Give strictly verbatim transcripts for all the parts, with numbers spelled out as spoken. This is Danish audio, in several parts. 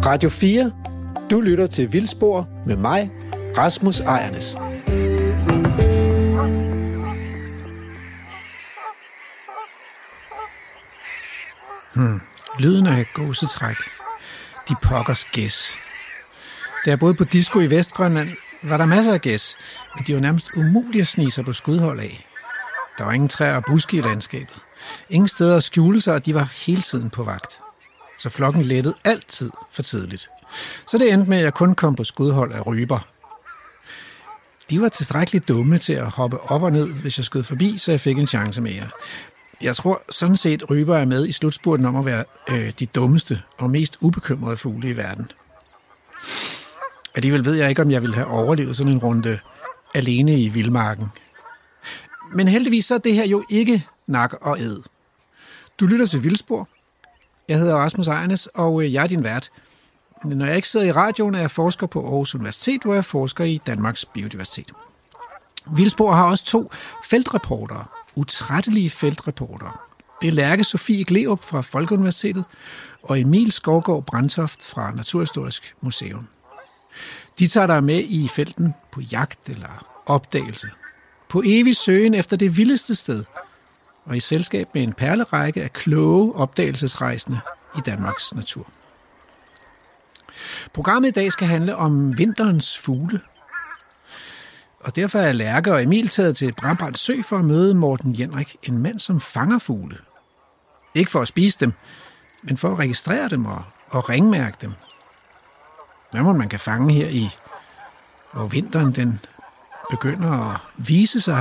Radio fire. Du lytter til Vildspor med mig, Rasmus Ejernes. Hmm. Lyden af gåsetræk. De pokkers gæs. Da jeg boede på disco i Vestgrønland, var der masser af gæs, men de var nærmest umulige at snige sig på skudhold af. Der var ingen træer og buske i landskabet. Ingen steder at skjule sig, og de var hele tiden på vagt. Så flokken lettede altid for tidligt. Så det endte med, at jeg kun kom på skudhold af ryber. De var tilstrækkeligt dumme til at hoppe op og ned, hvis jeg skød forbi, så jeg fik en chance mere. Jeg tror sådan set, ryber er med i slutspurten om at være øh, de dummeste og mest ubekymrede fugle i verden. Alligevel ved jeg ikke, om jeg ville have overlevet sådan en runde alene i vildmarken. Men heldigvis så er det her jo ikke nak og æd. Du lytter til Vildspor. Jeg hedder Rasmus Ejernes, og jeg er din vært. Når jeg ikke sidder i radioen, er jeg forsker på Aarhus Universitet, hvor jeg forsker i Danmarks Biodiversitet. Vildspor har også to feltreportere, utrættelige feltreportere. Det er Lærke Sofie Gleerup fra Folkeuniversitetet og Emil Skovgaard Brandtoft fra Naturhistorisk Museum. De tager dig med i felten på jagt eller opdagelse. På evig søgen efter det vildeste sted, og i selskab med en perlerække af kloge opdagelsesrejsende i Danmarks natur. Programmet i dag skal handle om vinterens fugle. Og derfor er Lærke og Emil taget til Brabrand Sø for at møde Morten Jenrik, en mand, som fanger fugle. Ikke for at spise dem, men for at registrere dem og, og ringmærke dem. Hvad må man kan fange her i, hvor vinteren den begynder at vise sig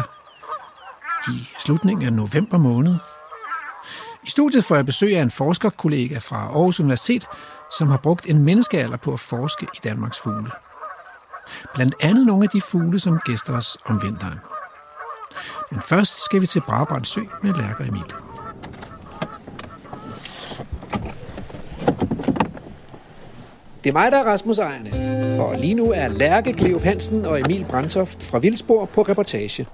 i slutningen af november måned. I studiet får jeg besøg af en forskerkollega fra Aarhus Universitet, som har brugt en menneskealder på at forske i Danmarks fugle. Blandt andet nogle af de fugle, som gæster os om vinteren. Men først skal vi til Brabrand Sø med Lærke og Emil. Det er mig, der er Rasmus Ejernes, og lige nu er Lærke Gleerup Hansen og Emil Brandtoft fra Vildspor på reportage.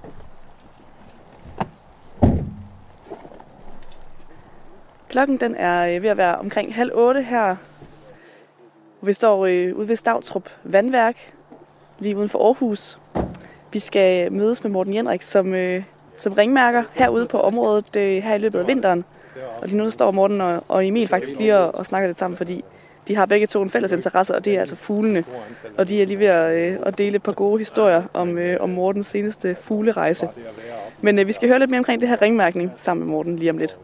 Klokken den er ved at være omkring halv otte her. Vi står ude ved Stavtrup Vandværk, lige uden for Aarhus. Vi skal mødes med Morten Jenrik som, som ringmærker herude på området her i løbet af vinteren. Og lige nu står Morten og, og Emil faktisk lige og, og snakker lidt sammen, fordi de har begge to en fælles interesse, og det er altså fuglene. Og de er lige ved at, at dele et par gode historier om, om Mortens seneste fuglerejse. Men vi skal høre lidt mere omkring det her ringmærkning sammen med Morten lige om lidt.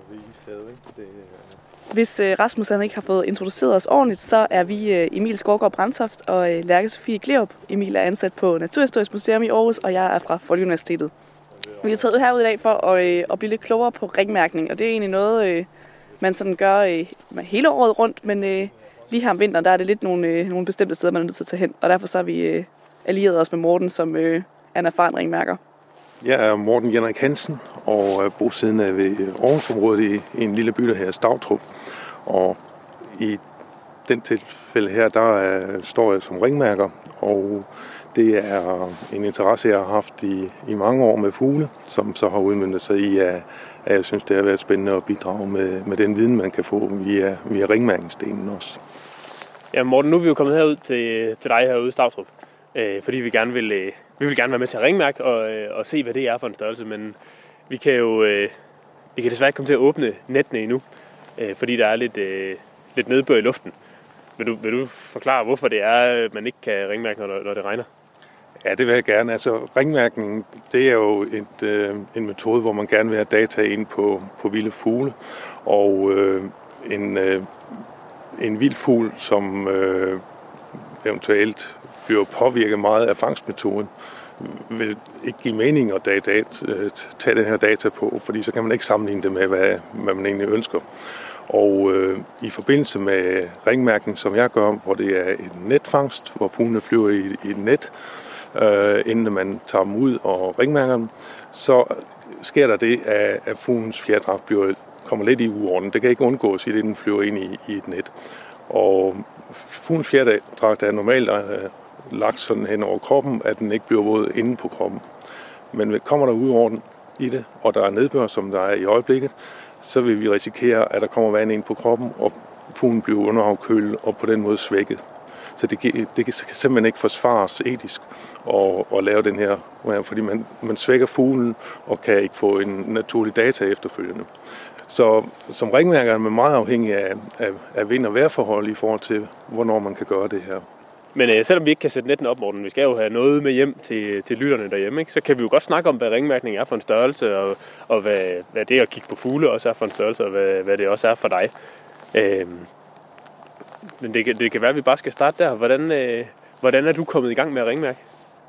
Hvis Rasmus han ikke har fået introduceret os ordentligt, så er vi Emil Skovgaard Brandtoft og Lærke Sofie Gleerup. Emil er ansat på Naturhistorisk Museum i Aarhus, og jeg er fra Folkeuniversitetet. Vi er taget herud i dag for at, at blive lidt klogere på ringmærkning, og det er egentlig noget, man sådan gør hele året rundt, men lige her om vinteren, der er det lidt nogle, nogle bestemte steder, man er nødt til at tage hen, og derfor så har vi allieret os med Morten, som er en erfaren ringmærker. Jeg er Morten Jenrik Hansen og er bosiddende ved Aarhusområdet i, i en lille by, der hedder Stavtrup. Og i den tilfælde her, der er, står jeg som ringmærker, og det er en interesse, jeg har haft i, i mange år med fugle, som så har udmøntet sig i, at, at jeg synes, det har været spændende at bidrage med, med den viden, man kan få via, via ringmærkningsdelen også. Ja, Morten, nu er vi jo kommet herud til, til dig herude i Stavtrup, øh, fordi vi gerne vil... Øh, Vi vil gerne være med til at ringmærke og, øh, og se, hvad det er for en størrelse, men vi kan jo øh, vi kan desværre ikke komme til at åbne nettene endnu, øh, fordi der er lidt, øh, lidt nedbør i luften. Vil du, vil du forklare, hvorfor det er, at man ikke kan ringmærke, når, når det regner? Ja, det vil jeg gerne. Altså, ringmærkning, det er jo et, øh, en metode, hvor man gerne vil have data ind på, på vilde fugle, og øh, en, øh, en vild fugl, som øh, eventuelt bliver påvirket meget af fangstmetoden, vil ikke give mening at data, tage den her data på, fordi så kan man ikke sammenligne det med, hvad, hvad man egentlig ønsker. Og øh, i forbindelse med ringmærkning, som jeg gør, hvor det er en netfangst, hvor fuglene flyver i, i et net, øh, inden man tager dem ud og ringmærker dem, så sker der det, at, at fuglens fjerdragt bliver, kommer lidt i uorden. Det kan ikke undgås, idet den flyver ind i, i et net. Og fuglens fjerdragt er normalt øh, lagt sådan hen over kroppen, at den ikke bliver våd inde på kroppen. Men kommer der uorden i det, og der er nedbør, som der er i øjeblikket, så vil vi risikere, at der kommer vand ind på kroppen, og fuglen blive underafkølet og på den måde svækket. Så det, det kan simpelthen ikke forsvares etisk at, at lave den her, fordi man, man svækker fuglen og kan ikke få en naturlig data efterfølgende. Så som ringmærker er man meget afhængig af, af, af vind- og vejrforhold i forhold til, hvornår man kan gøre det her. Men øh, selvom vi ikke kan sætte netten op, Morten, vi skal jo have noget med hjem til, til lytterne derhjemme, ikke? Så kan vi jo godt snakke om, hvad ringmærkning er for en størrelse, og, og hvad, hvad det at kigge på fugle også er for en størrelse, og hvad, hvad det også er for dig. Øhm, men det kan, det kan være, at vi bare skal starte der. Hvordan, øh, hvordan er du kommet i gang med at ringmærke?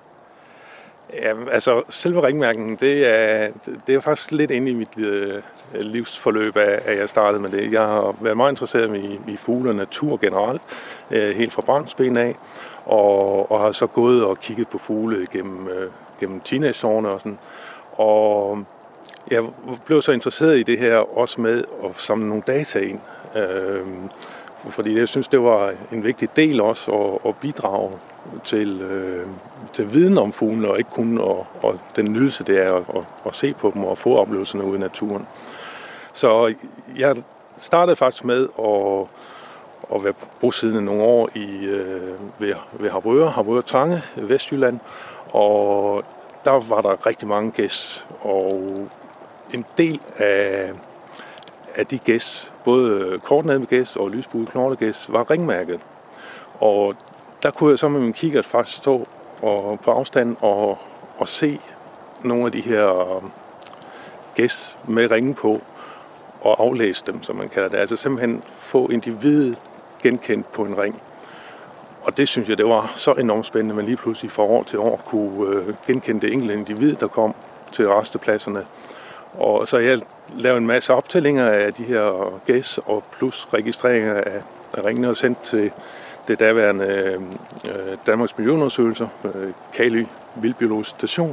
Ja, altså selve ringmærkningen, det er, det er faktisk lidt inde i mit øh, livsforløb, at, at jeg startede med det. Jeg har været meget interesseret i, i fugle og natur generelt, øh, helt fra barnsben af, og, og har så gået og kigget på fugle gennem, øh, gennem teenageårene og sådan. Og jeg blev så interesseret i det her også med at samle nogle data ind, øh, fordi jeg synes, det var en vigtig del også at, at bidrage til, øh, til viden om fuglene, og ikke kun og, og den nydelse, det er at, at, at se på dem og få oplevelserne ude i naturen. Så jeg startede faktisk med at, at være bosiddende nogle år i, øh, ved, ved Harboøre, Harboøre Tange, Vestjylland, og der var der rigtig mange gæs, og en del af, af de gæs, både kortnæbbet gæs og lysbuet knoglegæs, var ringmærket. Og der kunne jeg så med min kikkert faktisk stå og, på afstand og, og se nogle af de her gæs med ringe på og aflæse dem, som man kalder det. Altså simpelthen få individet genkendt på en ring. Og det synes jeg, det var så enormt spændende, men lige pludselig fra år til år kunne øh, genkende det enkelte individ, der kom til restepladserne. Og så jeg lavede en masse optællinger af de her gæs og plus registreringer af, af ringene og sendt til det daværende øh, Danmarks Miljøundersøgelser, øh, Kalø Vildbiologisk Station.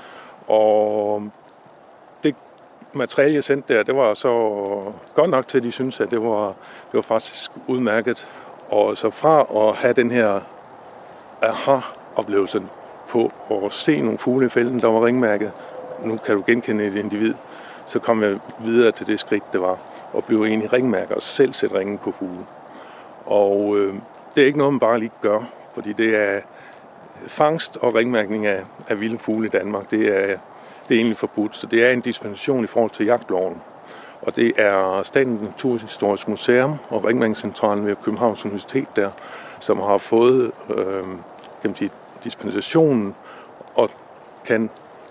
Og det materiale, jeg sendte der, det var så godt nok til, at de syntes, at det var, det var faktisk udmærket. Og så fra at have den her aha-oplevelse på at se nogle fugle i felten, der var ringmærket, nu kan du genkende et individ, så kom jeg videre til det skridt, det var at blive en i ringmærker og selv sætte ringen på fugle. Og øh, det er ikke noget, man bare lige gør, fordi det er fangst og ringmærkning af, af vilde fugle i Danmark. Det er, det er egentlig forbudt, så det er en dispensation i forhold til jagtloven. Og det er Statens Naturhistorisk Museum og Ringmærkningscentralen ved Københavns Universitet der, som har fået øh, kan man sige, dispensationen og kan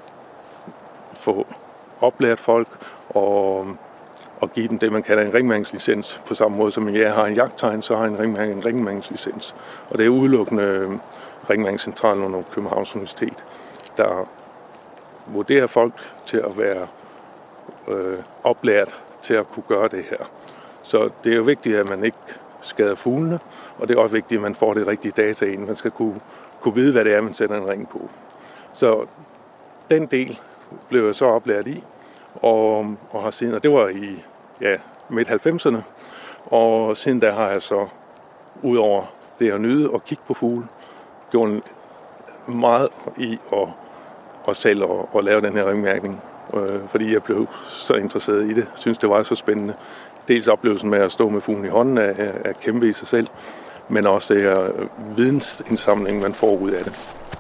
få oplært folk og, og give dem det, man kalder en ringmærkningslicens. På samme måde som jeg har en jagttegn, så har jeg en, ringmærk, en ringmærkningslicens. Og det er udelukkende øh, Ringmærkningscentralen under Københavns Universitet, der vurderer folk til at være øh, oplært til at kunne gøre det her. Så det er jo vigtigt, at man ikke skader fuglene, og det er også vigtigt, at man får det rigtige data ind. Man skal kunne, kunne vide, hvad det er, man sætter en ring på. Så den del blev jeg så oplært i, og, og har siden, og det var i ja, midt halvfemserne, og siden der har jeg så, udover det at nyde og kigge på fugle, gjort meget i at, at selv at, at lave den her ringmærkning, øh, fordi jeg blev så interesseret i det, synes det var så spændende. Dels oplevelsen med at stå med fuglen i hånden er, er kæmpe i sig selv, men også det her vidensindsamling, man får ud af det.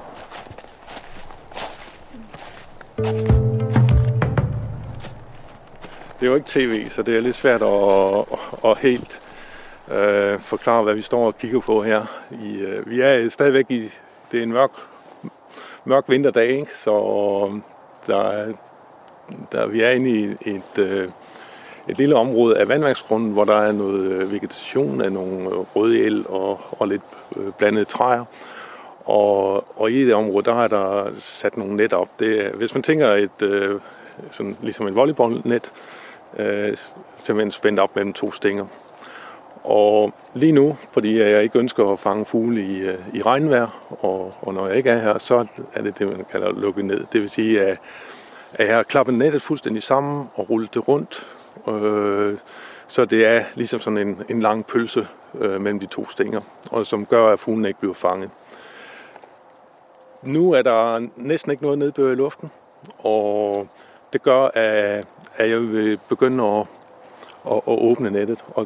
Det er jo ikke tv, så det er lidt svært at, at helt øh, forklare, hvad vi står og kigger på her. I, øh, vi er stadigvæk i, det er en mørk, mørk vinterdag, ikke? Så der, der, vi er inde i et, øh, et lille område af vandværksgrunden, hvor der er noget vegetation af nogle røde el og, og lidt blandede træer. Og, og i det område, der har der sat nogle net op. Det, hvis man tænker et, øh, sådan, ligesom et volleyballnet, øh, simpelthen spændt op mellem to stænger. Og lige nu, fordi jeg ikke ønsker at fange fugle i, i regnvejr, og, og når jeg ikke er her, så er det det, man kalder lukket ned. Det vil sige, at, at jeg har klappet nettet fuldstændig sammen og rullet det rundt. Øh, så det er ligesom sådan en, en lang pølse øh, mellem de to stænger, og som gør, at fuglen ikke bliver fanget. Nu er der næsten ikke noget nedbør i luften, og det gør, at, at jeg vil begynde at, at, at åbne nettet. Og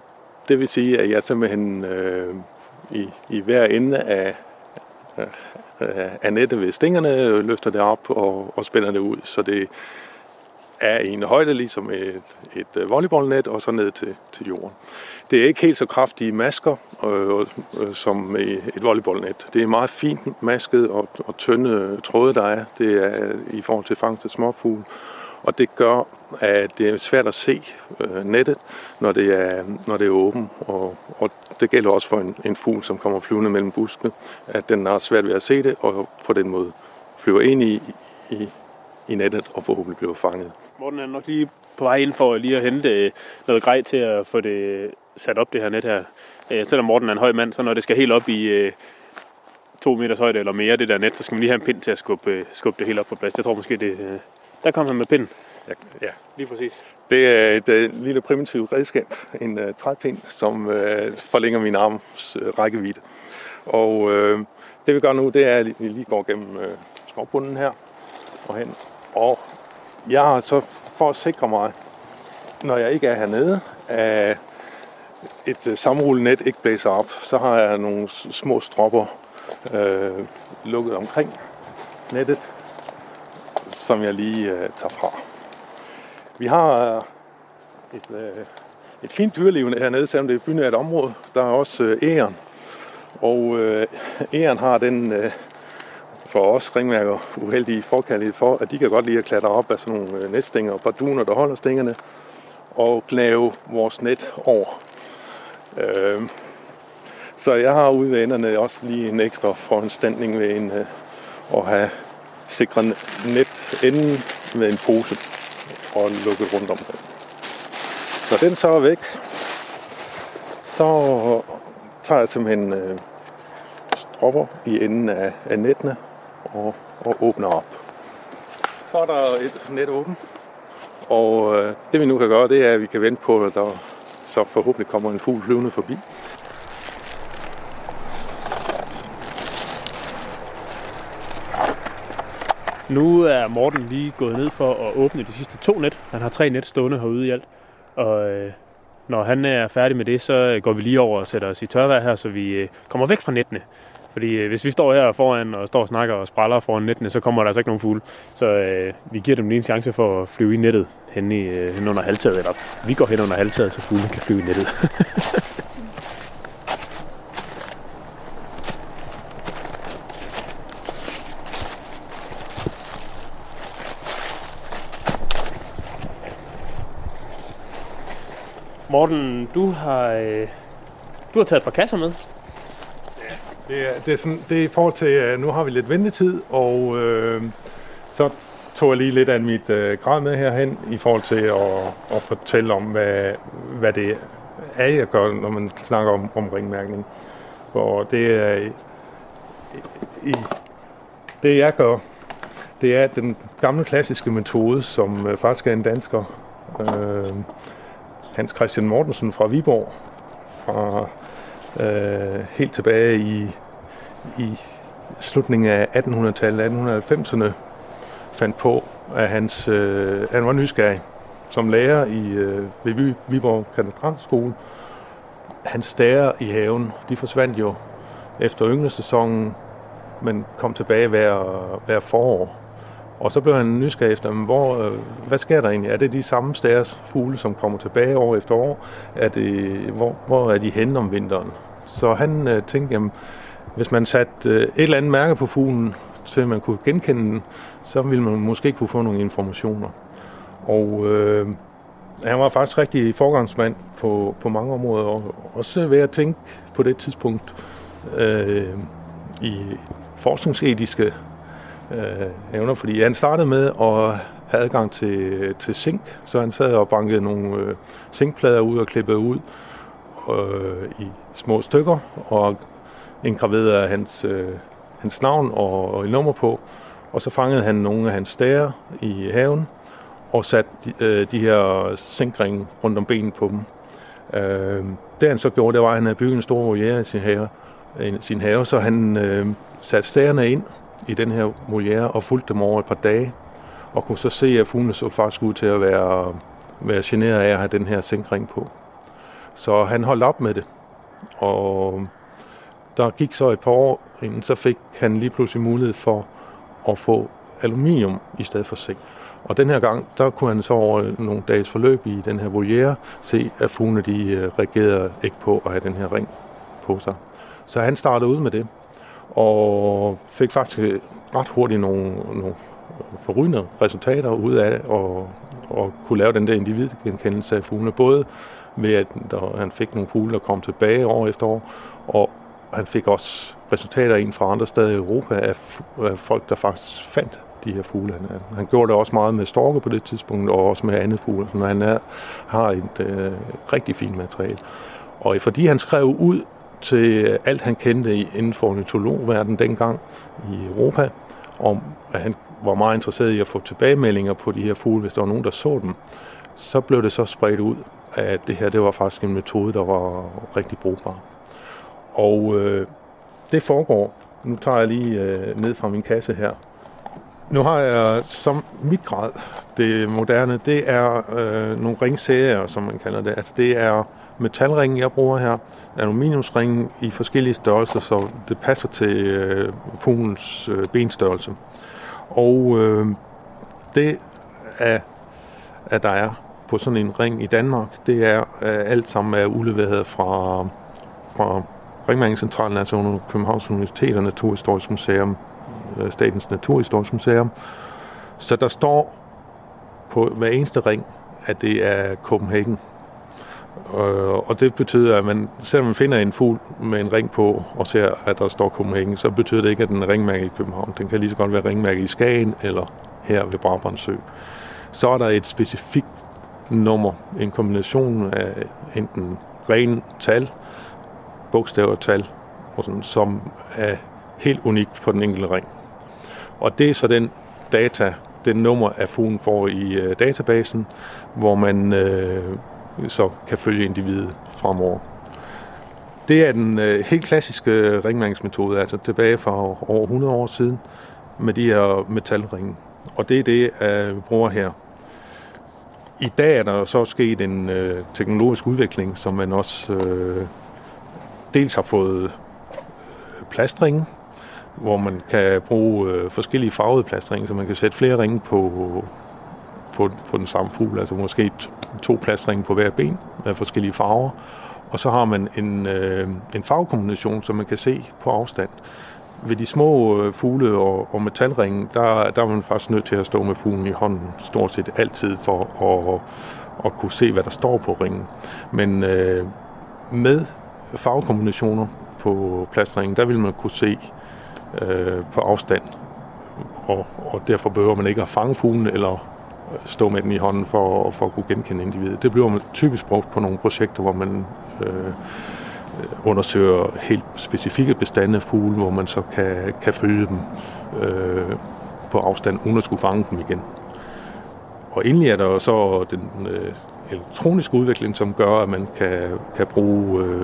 det vil sige, at jeg simpelthen øh, i, i hver ende af, af, af nettet ved stængerne løfter det op og, og spænder det ud, så det er i en højde ligesom et, et volleyballnet og så ned til, til jorden. Det er ikke helt så kraftige masker øh, øh, som et volleyballnet. Det er meget fint masket og, og tynde tråde, der er. Det er i forhold til fangst af småfugle. Og det gør, at det er svært at se øh, nettet, når det er, når det er åbent. Og, og det gælder også for en, en fugl, som kommer flyvende mellem buskene, at den har svært ved at se det, og på den måde flyver ind i, i, i nettet og forhåbentlig bliver fanget. Morten er nok lige på vej ind for lige at hente noget grej til at få det sat op, det her net her. Selvom Morten er en høj mand, så når det skal helt op i to meters højde eller mere, det der net, så skal man lige have en pind til at skubbe, skubbe det helt op på plads. Jeg tror måske, det... Der kom han med pinden. Ja, ja. Lige præcis. Det er et uh, lille primitivt redskab, en uh, træpind, som uh, forlænger min arms uh, rækkevidde. Og uh, det vi gør nu, det er, at vi lige går gennem uh, skovbunden her og hen. Og jeg har så for at sikre mig, når jeg ikke er hernede, at et uh, sammenrullende net ikke blæser op, så har jeg nogle små stropper uh, lukket omkring nettet, som jeg lige uh, tager fra. Vi har uh, et, uh, et fint dyreliv hernede, selvom det er bynært område. Der er også uh, æren, og uh, æren har den uh, for os ringmærker uheldige forkærlighed for, at de kan godt lide at klatre op af sådan nogle uh, netstænger og parduner, der holder stængerne, og gnave vores net over. Uh, så jeg har ude ved enderne også lige en ekstra foranstaltning ved en, uh, at have sikret net enden med en pose og lukket rundt om den. Når den så er væk, så tager jeg simpelthen øh, stropper i enden af, af nettene og, og åbner op. Så er der et net åbent, og øh, det vi nu kan gøre, det er, at vi kan vente på, at der så forhåbentlig kommer en fugl flyvende forbi. Nu er Morten lige gået ned for at åbne de sidste to net. Han har tre net stående herude i alt. Og øh, når han er færdig med det, så går vi lige over og sætter os i tørvejr her, så vi øh, kommer væk fra nettene. Fordi øh, hvis vi står her foran og står og snakker og spræller foran nettene, så kommer der altså ikke nogen fugle. Så øh, vi giver dem lige en chance for at flyve i nettet hen, i, øh, hen under halvtaget. Eller vi går hen under halvtaget, så fuglene kan flyve i nettet. Morten, du har, øh, du har taget et par kasser med. Ja, det er, det er, sådan, det er i forhold til, at nu har vi lidt ventetid, og øh, så tog jeg lige lidt af mit øh, græd med herhen i forhold til at, at fortælle om, hvad, hvad det er, jeg gør, når man snakker om, om ringmærkning. For det er i, i, det jeg gør, det er den gamle klassiske metode, som øh, faktisk er en dansker, øh, Hans Christian Mortensen fra Viborg, fra øh, helt tilbage i, i slutningen af attenhundredetallet, atten halvfemserne, fandt på, at hans, øh, han var nysgerrig som lærer i, øh, ved Viborg Katedralskole. Hans stærer i haven, de forsvandt jo efter ynglesæsonen, men kom tilbage hver, hver forår. Og så blev han nysgerrig efter, hvor, øh, hvad sker der egentlig? Er det de samme stæres fugle, som kommer tilbage år efter år? Er det, hvor, hvor er de henne om vinteren? Så han øh, tænkte, jamen, hvis man satte øh, et eller andet mærke på fuglen, så man kunne genkende den, så ville man måske kunne få nogle informationer. Og øh, han var faktisk rigtig forgangsmand på, på mange områder, og også ved at tænke på det tidspunkt øh, i forskningsetiske Øh, evner, fordi han startede med at have adgang til, til zink, så han sad og bankede nogle øh, zinkplader ud og klippede ud øh, i små stykker og indgraverede hans, øh, hans navn og, og et nummer på, og så fangede han nogle af hans stærer i haven og satte de, øh, de her zinkringe rundt om benet på dem. Øh, det han så gjorde, det var, at han havde bygget en stor voliere i sin have, i sin have så han øh, satte stærerne ind i den her voliere og fulgte dem over et par dage, og kunne så se, at fuglene så faktisk ud til at være, være generet af at have den her zinkring på. Så han holdt op med det. Og der gik så et par år, inden så fik han lige pludselig mulighed for at få aluminium i stedet for zink. Og den her gang, der kunne han så over nogle dages forløb i den her voliere se, at fuglene de reagerede ikke på at have den her ring på sig. Så han startede ud med det, og fik faktisk ret hurtigt nogle, nogle forrygende resultater ud af og, og kunne lave den der individgenkendelse af fuglene, både ved at der, han fik nogle fugle, der kom tilbage år efter år, og han fik også resultater ind fra andre steder i Europa af, af folk, der faktisk fandt de her fugle. Han, han gjorde det også meget med storke på det tidspunkt, og også med andet fugle, så han er, har et øh, rigtig fint materiale. Og fordi han skrev ud til alt, han kendte inden for ornitologverdenen dengang i Europa, om at han var meget interesseret i at få tilbagemeldinger på de her fugle, hvis der var nogen, der så dem, så blev det så spredt ud, at det her det var faktisk en metode, der var rigtig brugbar. Og øh, det foregår. Nu tager jeg lige øh, ned fra min kasse her. Nu har jeg som mit grad, det moderne, det er øh, nogle ringserier, som man kalder det. Altså det er metalringen, jeg bruger her, aluminiumsringen i forskellige størrelser, så det passer til øh, fuglens øh, benstørrelse. Og øh, det, er, at der er på sådan en ring i Danmark, det er øh, alt sammen er udleveret fra, fra Ringmærkningscentralen, altså under Københavns Universitet og Naturhistorisk Museum, øh, Statens Naturhistorisk Museum. Så der står på hver eneste ring, at det er Copenhagen. Og det betyder, at man, selvom man finder en fugl med en ring på, og ser, at der står Copenhagen, så betyder det ikke, at den er ringmærke i København. Den kan lige så godt være ringmærke i Skagen, eller her ved Brabrandssø. Så er der et specifikt nummer, en kombination af enten ren tal, bogstaver og tal, og sådan, som er helt unikt for den enkelte ring. Og det er så den data, den nummer af fuglen får i uh, databasen, hvor man uh, så kan følge individet fremover. Det er den uh, helt klassiske ringmærkningsmetode, altså tilbage fra over hundrede år siden, med de her metalringe. Og det er det, uh, vi bruger her. I dag er der så sket en uh, teknologisk udvikling, som man også uh, dels har fået plastringe, hvor man kan bruge øh, forskellige farvede plastringe, så man kan sætte flere ringe på, på, på den samme fugl, altså måske to plastringe på hver ben med forskellige farver. Og så har man en, øh, en farvekombination, som man kan se på afstand. Ved de små øh, fugle og, og metalringe, der, der er man faktisk nødt til at stå med fuglen i hånden stort set altid for at, at kunne se, hvad der står på ringen. Men øh, med farvekombinationer på plastringen, der vil man kunne se øh, på afstand, og, og derfor behøver man ikke at fange fuglen eller stå med den i hånden for, for at kunne genkende individet. Det bliver man typisk brugt på nogle projekter, hvor man øh, undersøger helt specifikke bestande af fugle, hvor man så kan, kan følge dem øh, på afstand, uden at skulle fange dem igen. Og endelig er der jo så den øh, elektroniske udvikling, som gør, at man kan, kan bruge øh,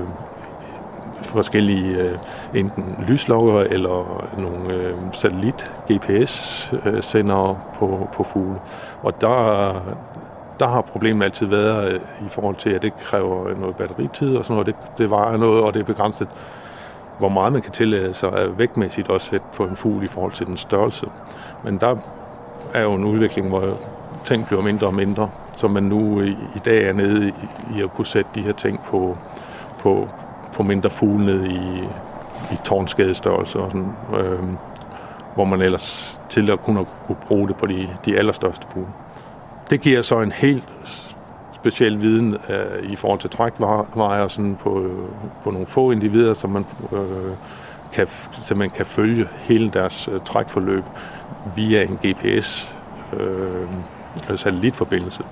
forskellige øh, enten lyslokker eller nogle øh, satellit-G P S-sendere på, på fugle. Og der, der har problemet altid været øh, i forhold til, at det kræver noget batteritid og sådan noget. Det, det vejer noget, og det er begrænset, hvor meget man kan tillade sig at vægtmæssigt også sætte på en fugl i forhold til den størrelse. Men der er jo en udvikling, hvor ting bliver mindre og mindre, så man nu i, i dag er nede i, i at kunne sætte de her ting på, på, på mindre fugle nede i, i tårnskadestørrelse, og sådan, øh, hvor man ellers til at kunne, kunne bruge det på de, de allerstørste fugle. Det giver så en helt speciel viden øh, i forhold til trækvejer sådan på, på nogle få individer, så man øh, kan, så man kan følge hele deres øh, trækforløb via en G P S øh, satellitforbindelse.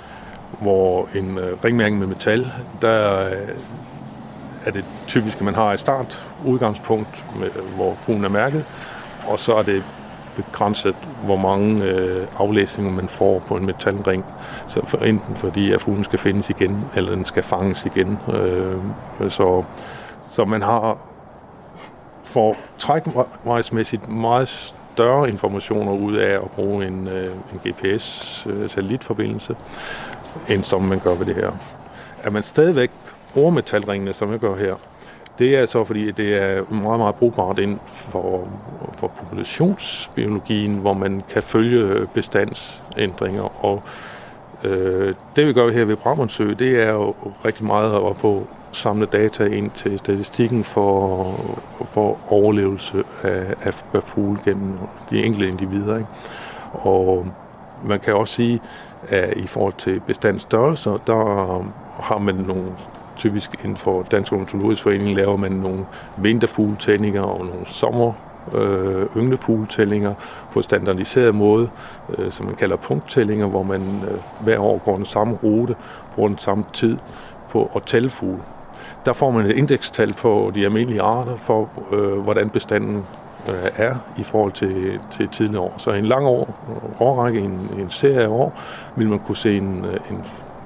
Hvor en øh, ringmærkning med metal, der øh, er det typisk, at man har et start udgangspunkt, med, hvor fuglen er mærket, og så er det begrænset, hvor mange øh, aflæsninger man får på en metalring. Så for, enten fordi, at fuglen skal findes igen, eller den skal fanges igen. Øh, så, så man har for trækvejsmæssigt meget større informationer ud af at bruge en, øh, en G P S-satellitforbindelse, end som man gør ved det her. Er man stadigvæk ormetalringene, som jeg gør her, det er så fordi, det er meget, meget brugbart inden for, for populationsbiologien, hvor man kan følge bestandsændringer. Og øh, det vi gør her ved Brabrandssø, det er jo rigtig meget at få samlet data ind til statistikken for, for overlevelse af, af fugle gennem de enkelte individer. Ikke? Og man kan også sige, at i forhold til bestandsstørrelser, der har man nogle, typisk inden for Dansk Ornitologisk Forening, laver man nogle vinterfugletællinger og nogle sommer øh, ynglefugletællinger på standardiseret måde, øh, som man kalder punkttællinger, hvor man øh, hver år går den samme rute, bruger den samme tid på at tælle fugle. Der får man et indekstal for de almindelige arter, for øh, hvordan bestanden øh, er i forhold til, til tidligere år. Så i en lang år, årrække, en, en serie af år, vil man kunne se en, en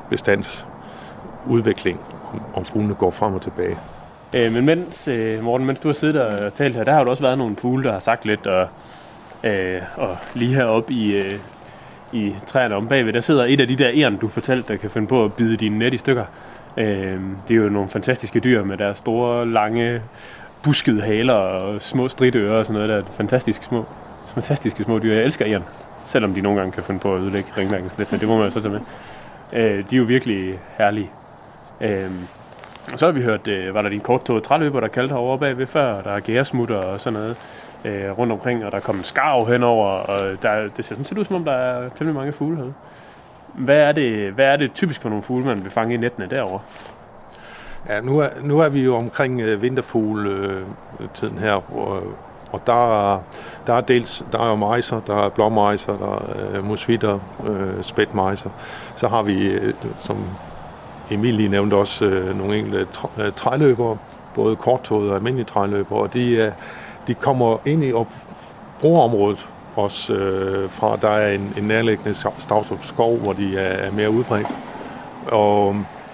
bestandsudvikling, om, om fuglene går frem og tilbage. Øh, men mens, øh, Morten, mens du har siddet og talt her, der har jo også været nogle fugle, der har sagt lidt, og, øh, og lige heroppe i, øh, i træerne om bagved, der sidder et af de der eren, du fortalte, der kan finde på at bide dine net i stykker. Øh, det er jo nogle fantastiske dyr med deres store, lange, buskede haler og små stridører og sådan noget der. Fantastiske små, fantastiske små dyr. Jeg elsker eren, selvom de nogle gange kan finde på at ødelægge ringmærkens lidt, men det må man jo så tage med. Øh, de er jo virkelig herlige. Øh, og så har vi hørt, øh, var der din korttåede træløber, der kaldte herovre bagved før, der er gæresmutter og sådan noget øh, rundt omkring, og der kom en skarv henover, og der, det ser sådan ud, som om der er temmelig mange fugle herude. Hvad er det, hvad er det typisk for nogle fugle, man vil fange i nettene derovre? Ja, nu er, nu er vi jo omkring øh, vinterfugle-tiden her, og, og der, der er dels der er jo mejser, der er blåmejser, der er øh, musvitter, øh, spætmejser. Så har vi, øh, som Emil lige nævnte, også øh, nogle enkelte tr- træløbere, både korttåede og almindelige træløbere, og de, øh, de kommer ind i brugerområdet også øh, fra, der er en, en nærliggende Stavtrup skov, hvor de er, er mere udbredt. Og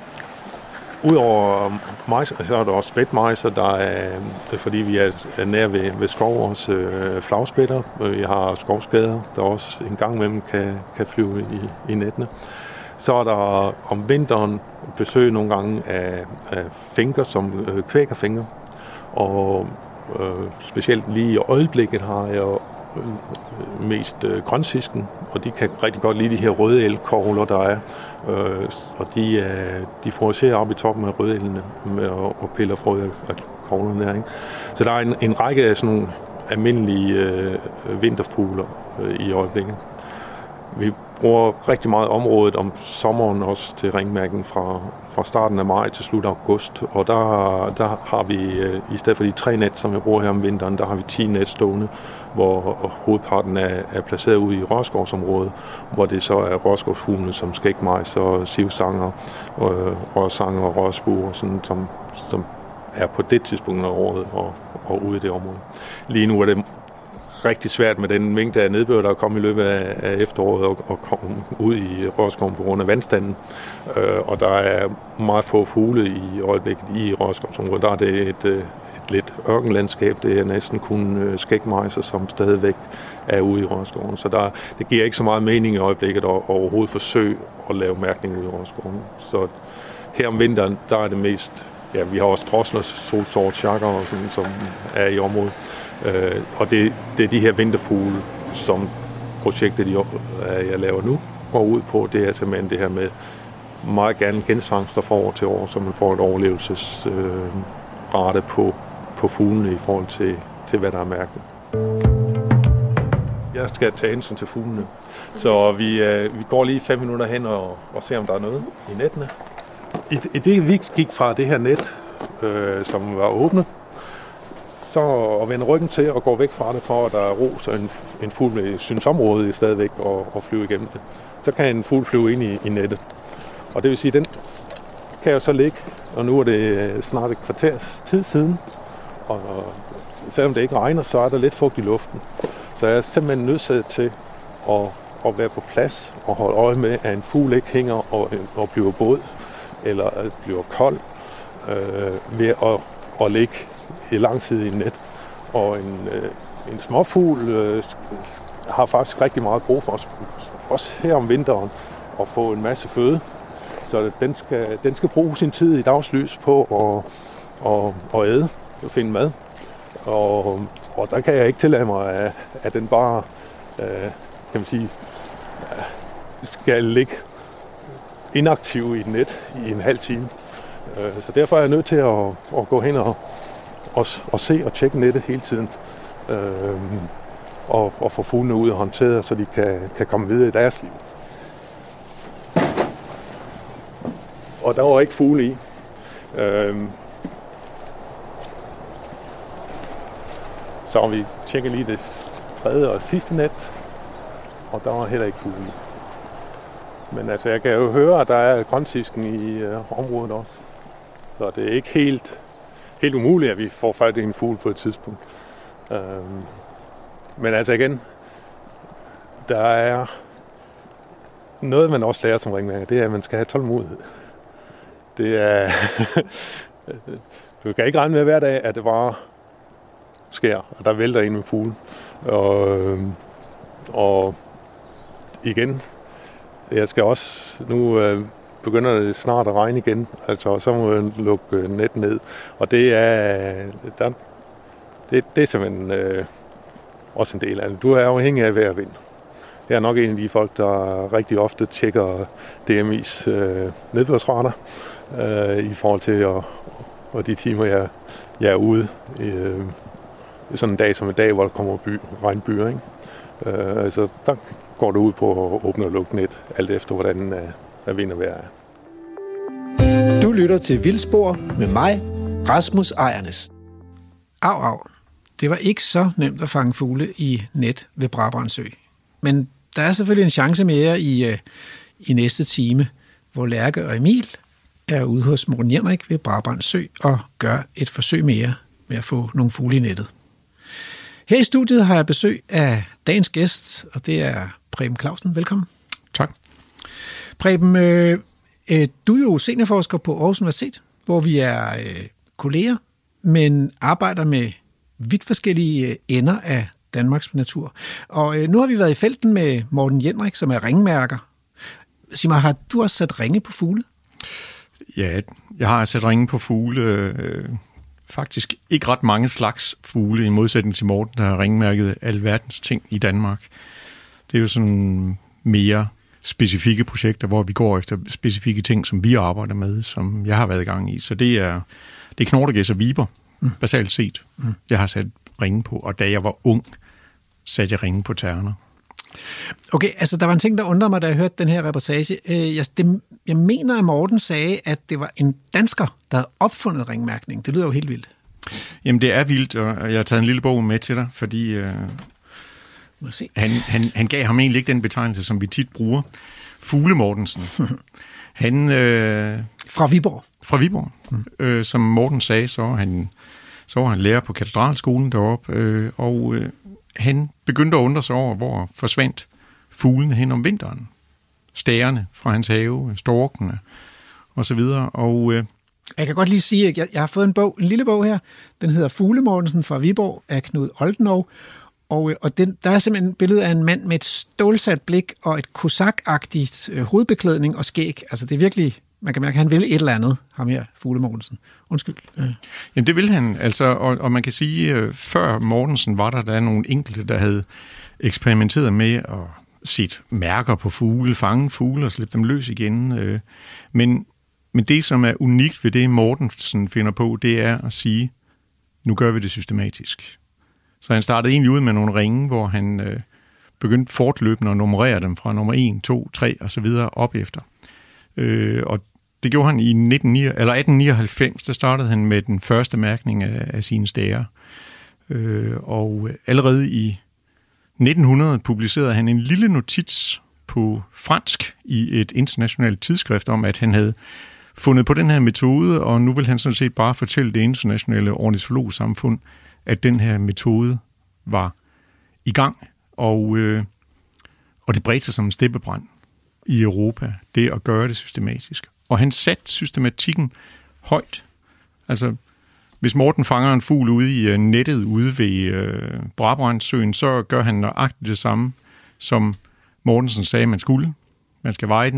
udover mejser, så er der også spætmejser, der er, fordi vi er, er nær ved, ved skov, også øh, flagspætter. Vi har skovskader, der også en gang imellem kan, kan flyve i, i nettene. Så er der om vinteren besøg nogle gange af, af finker, som øh, kvækerfinker. Og øh, specielt lige i øjeblikket har jeg mest øh, grønsisken, og de kan rigtig godt lide de her røde elkogler, der er. Øh, og de, øh, de foragerer op i toppen af rødelene med og piller frø af koglerne der, ikke? Så der er en, en række af sådan nogle almindelige øh, vinterfugler øh, i øjeblikket. Vi bruger rigtig meget området om sommeren også til ringmærken fra, fra starten af maj til slut af august. Og der, der har vi, øh, i stedet for de tre net, som jeg bruger her om vinteren, der har vi ti net stående, hvor hovedparten er, er placeret ude i rørskovsområdet, hvor det så er rørskovsfuglene som skægmejs og sivsanger, øh, rørsanger og rørsbuer, sådan, som, som er på det tidspunkt af året og, og ude i det område. Lige nu er det rigtig svært med den mængde af nedbør, der er kommet i løbet af, af efteråret og, og komme ud i rørskoven på grund af vandstanden. Øh, og der er meget få fugle i øjeblikket i rørskovsområdet. Der er det et, et lidt ørkenlandskab. Det er næsten kun skægmejser, som stadigvæk er ude i rørskoven. Så der, det giver ikke så meget mening i øjeblikket at overhovedet forsøge at lave mærkning ude i rørskoven. Så her om vinteren, der er det mest, ja, vi har også drosler, solsort, chakker og sådan, som er i området. Øh, og det, det er de her vinterfugle, som projektet, jeg laver nu, går ud på. Det er simpelthen det her med meget gerne gensfangster fra år til år, så man får et overlevelsesrate øh, på, på fuglene i forhold til, til, hvad der er mærket. Jeg skal tage hensyn til fuglene, så vi, øh, vi går lige fem minutter hen og, og ser, om der er noget i nettene. I, i det vi gik fra det her net, øh, som var åbnet, så at vende ryggen til og gå væk fra det, for at der er ro, så en, en fugl med synsområde stadigvæk og, og flyve igennem det. Så kan en fugl flyve ind i, i nettet. Og det vil sige, den kan jo så ligge, og nu er det snart et kvarters tid siden, og selvom det ikke regner, så er der lidt fugt i luften. Så jeg er simpelthen nødsaget til at, at være på plads og holde øje med, at en fugl ikke hænger og, og bliver våd, eller bliver kold, øh, ved at, at ligge i lang tid i net. Og en, øh, en småfugl øh, har faktisk rigtig meget brug for os, også her om vinteren, at få en masse føde. så den skal, den skal bruge sin tid i dagslys på at, at, at æde og finde mad. Og, og der kan jeg ikke tillade mig, at, at den bare øh, kan man sige, skal ligge inaktiv i et net i en halv time. Så derfor er jeg nødt til at, at gå hen og, og, og se og tjekke nettet hele tiden. Øh, og, og få fuglene ud og håndteret, så de kan, kan komme videre i deres liv. Og der var ikke fugle i. Øh, så vi tjekker lige det tredje og sidste net, og der var heller ikke fugle i. Men altså, jeg kan jo høre, at der er grøntisken i øh, området også. Så det er ikke helt, helt umuligt, at vi får fat i en fugl på et tidspunkt. Øhm, men altså igen, der er noget, man også lærer som ringmærker, det er, at man skal have tålmodighed. Det er... du kan ikke regne med hver dag, at det bare sker, og der vælter ind med fugle. Og, og igen, jeg skal også nu... Øh, begynder det snart at regne igen, altså, så må jeg lukke net ned. Og det er, der, det, det er simpelthen øh, også en del af det. Du er afhængig af vejr og vind. Jeg er nok en af de folk, der rigtig ofte tjekker D M I's øh, nedbørsradar øh, i forhold til at, og de timer, jeg, jeg er ude. Øh, sådan en dag som en dag, hvor der kommer by, regnbyer. Ikke? Øh, altså, der går det ud på at åbne og lukke net, alt efter hvordan øh, af vind og vejr er. Du lytter til Vildspor med mig, Rasmus Ejernes. Au, au. Det var ikke så nemt at fange fugle i net ved Brabrand Sø. Men der er selvfølgelig en chance mere i, uh, i næste time, hvor Lærke og Emil er ude hos Morten Jenrik ved Brabrand Sø og gør et forsøg mere med at få nogle fugle i nettet. Her i studiet har jeg besøg af dagens gæst, og det er Preben Clausen. Velkommen. Tak. Preben, øh, øh, du er jo seniorforsker på Aarhus Universitet, hvor vi er øh, kolleger, men arbejder med vidt forskellige øh, ender af Danmarks natur. Og øh, nu har vi været i felten med Morten Jenrik, som er ringmærker. Sig mig, har du også sat ringe på fugle? Ja, jeg har sat ringe på fugle. Øh, faktisk ikke ret mange slags fugle, i modsætning til Morten, der har ringmærket alverdens ting i Danmark. Det er jo sådan mere specifikke projekter, hvor vi går efter specifikke ting, som vi arbejder med, som jeg har været i gang i. Så det er, det er knortegæs og viber, mm. basalt set. Mm. Jeg har sat ringe på, og da jeg var ung, satte jeg ringe på terner. Okay, altså der var en ting, der undrede mig, da jeg hørte den her reportage. Jeg, det, jeg mener, at Morten sagde, at det var en dansker, der havde opfundet ringmærkning. Det lyder jo helt vildt. Jamen det er vildt, og jeg har taget en lille bog med til dig, fordi... Øh Han, han, han gav ham egentlig ikke den betegnelse, som vi tit bruger. Fugle Mortensen. Han, øh, fra Viborg. Fra Viborg. Mm. Øh, som Morten sagde, så var han, så var han lærer på katedralskolen deroppe, øh, og øh, han begyndte at undre sig over, hvor forsvandt fuglene hen om vinteren. Stærene fra hans have, storkene og så videre. Og øh, jeg kan godt lige sige, at jeg, jeg har fået en bog, en lille bog her. Den hedder Fugle Mortensen fra Viborg af Knud Oldenov. Og, og den, der er simpelthen et billede af en mand med et stålsat blik og et kosak-agtigt øh, hovedbeklædning og skæg. Altså det er virkelig, man kan mærke, at han vil et eller andet, ham her, Fugle Mortensen. Undskyld. Øh. Jamen det vil han, altså, og, og man kan sige, øh, før Mortensen var der, der er nogle enkelte, der havde eksperimenteret med at sætte mærker på fugle, fange fugle og slippe dem løs igen. Øh. Men, men det, som er unikt ved det, Mortensen finder på, det er at sige, nu gør vi det systematisk. Så han startede egentlig ud med nogle ringe, hvor han øh, begyndte fortløbende at nummerere dem fra nummer et, to, tre og så videre op efter. Øh, og det gjorde han i nitten, eller atten nioghalvfems, der startede han med den første mærkning af, af sine stærer. Øh, og allerede i nitten hundrede publicerede han en lille notits på fransk i et internationalt tidsskrift om, at han havde fundet på den her metode, og nu vil han sådan set bare fortælle det internationale ornitologsamfund, at den her metode var i gang, og, øh, og det bredte sig som en steppebrand i Europa, det at gøre det systematisk. Og han satte systematikken højt. Altså, hvis Morten fanger en fugl ude i uh, nettet ude ved øh, Brabrandsøen, så gør han nøjagtigt det samme, som Mortensen sagde, man skulle. Man skal veje den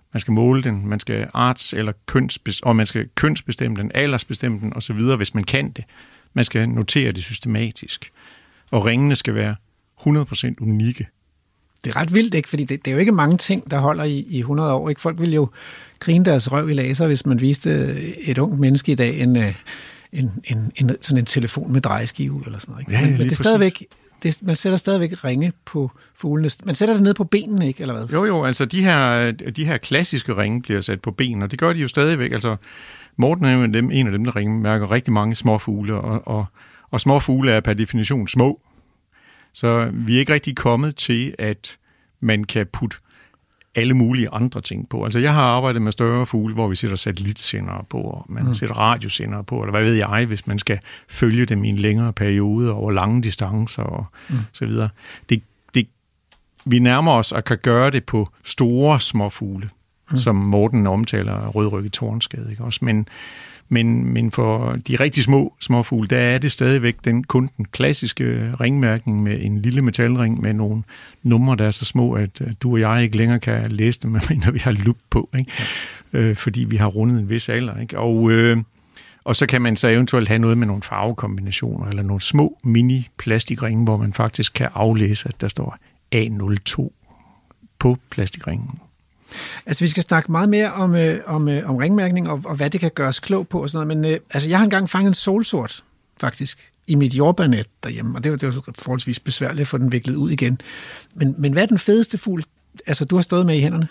man skal måle den, man skal arts- eller kønsbestemme, og man skal kønsbestemme den, aldersbestemme den osv., hvis man kan det. Man skal notere det systematisk. Og ringene skal være hundrede procent unikke. Det er ret vildt, ikke? Fordi det, det er jo ikke mange ting, der holder i, i hundrede år. Ikke? Folk vil jo grine deres røv i laser, hvis man viste et ungt menneske i dag en, en, en, en, sådan en telefon med drejeskive eller sådan noget. Ikke? Ja, men, men det er stadigvæk, det, man sætter stadigvæk ringe på fuglene. Man sætter det ned på benene, ikke? Eller hvad? Jo, jo, altså de her, de her klassiske ringe bliver sat på benene, og det gør de jo stadigvæk. Altså Morten er en af dem, en af dem der ringmærker rigtig mange små fugle, og, og, og små fugle er per definition små. Så vi er ikke rigtig kommet til, at man kan putte alle mulige andre ting på. Altså jeg har arbejdet med større fugle, hvor vi sætter satellitsendere på, og man mm. sætter radiosendere på, eller hvad ved jeg, hvis man skal følge dem i en længere periode over lange distancer og mm. så videre. Det, det, vi nærmer os at kan gøre det på store små fugle, mm. som Morten omtaler rødrygget tornskade, ikke også? Men Men, men for de rigtig små småfugle, der er det stadigvæk den, kun den klassiske ringmærkning med en lille metalring med nogle numre, der er så små, at du og jeg ikke længere kan læse dem, når vi har lup på, ikke? Ja. Øh, fordi vi har rundet en vis alder. Ikke? Og, øh, og så kan man så eventuelt have noget med nogle farvekombinationer, eller nogle små mini-plastikringe, hvor man faktisk kan aflæse, at der står A nul to på plastikringen. Altså, vi skal snakke meget mere om, øh, om, øh, om ringmærkning og, og hvad det kan gøres klog på og sådan noget, men øh, altså, jeg har engang fanget en solsort, faktisk, i mit jordbærnet derhjemme, og det var, det var forholdsvis besværligt at få den viklet ud igen. Men, men hvad er den fedeste fugl, altså, du har stået med i hænderne?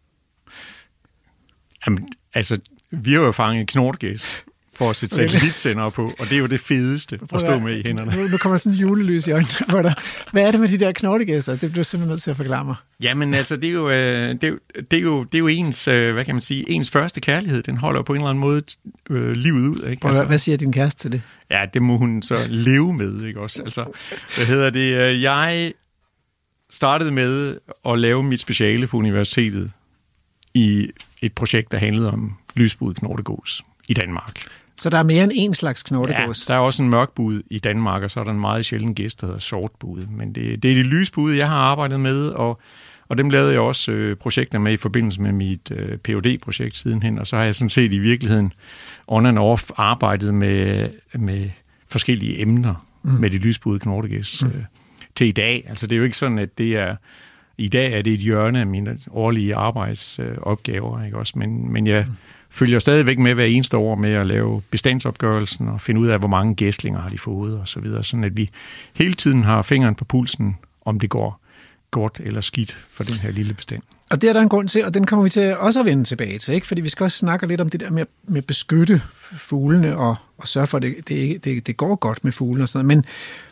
Jamen, altså, vi har jo fanget knortegæs for at sætte satellitsendere på, og det er jo det fedeste at stå med i hænderne. Nu, nu kommer sådan en julelys i øjnene på dig. Hvad er det med de der knortegæsser? Det bliver simpelthen nødt til at forklare mig. Jamen altså, det er jo, det er jo, det er jo, det er jo ens, hvad kan man sige, ens første kærlighed. Den holder på en eller anden måde øh, livet ud. Ikke? Altså, hvad siger din kæreste til det? Ja, det må hun så leve med, ikke også? Altså, hvad hedder det? Jeg startede med at lave mit speciale på universitetet i et projekt, der handlede om lysbuet knortegås i Danmark. Så der er mere end en slags knortegås? Ja, der er også en mørkbud i Danmark, og så er der en meget sjælden gæst, der hedder sortbud. Men det, det er de lysbude, jeg har arbejdet med, og, og dem lavede jeg også øh, projekter med i forbindelse med mit øh, P H D-projekt sidenhen, og så har jeg sådan set i virkeligheden on and off arbejdet med, med forskellige emner mm. med de lysbude knortegæs mm. øh, til i dag. Altså det er jo ikke sådan, at det er... I dag er det et hjørne af mine årlige arbejdsopgaver, ikke også? Men, men jeg... Mm. følger stadigvæk med hver eneste år med at lave bestandsopgørelsen og finde ud af, hvor mange gæslinger har de fået og så videre, sådan at vi hele tiden har fingeren på pulsen, om det går godt eller skidt for den her lille bestand. Og det er der en grund til, og den kommer vi til også at vende tilbage til, ikke? Fordi vi skal også snakke lidt om det der med, med beskytte fuglene og, og sørge for, at det, det, det, det går godt med fuglene og sådan noget. Men,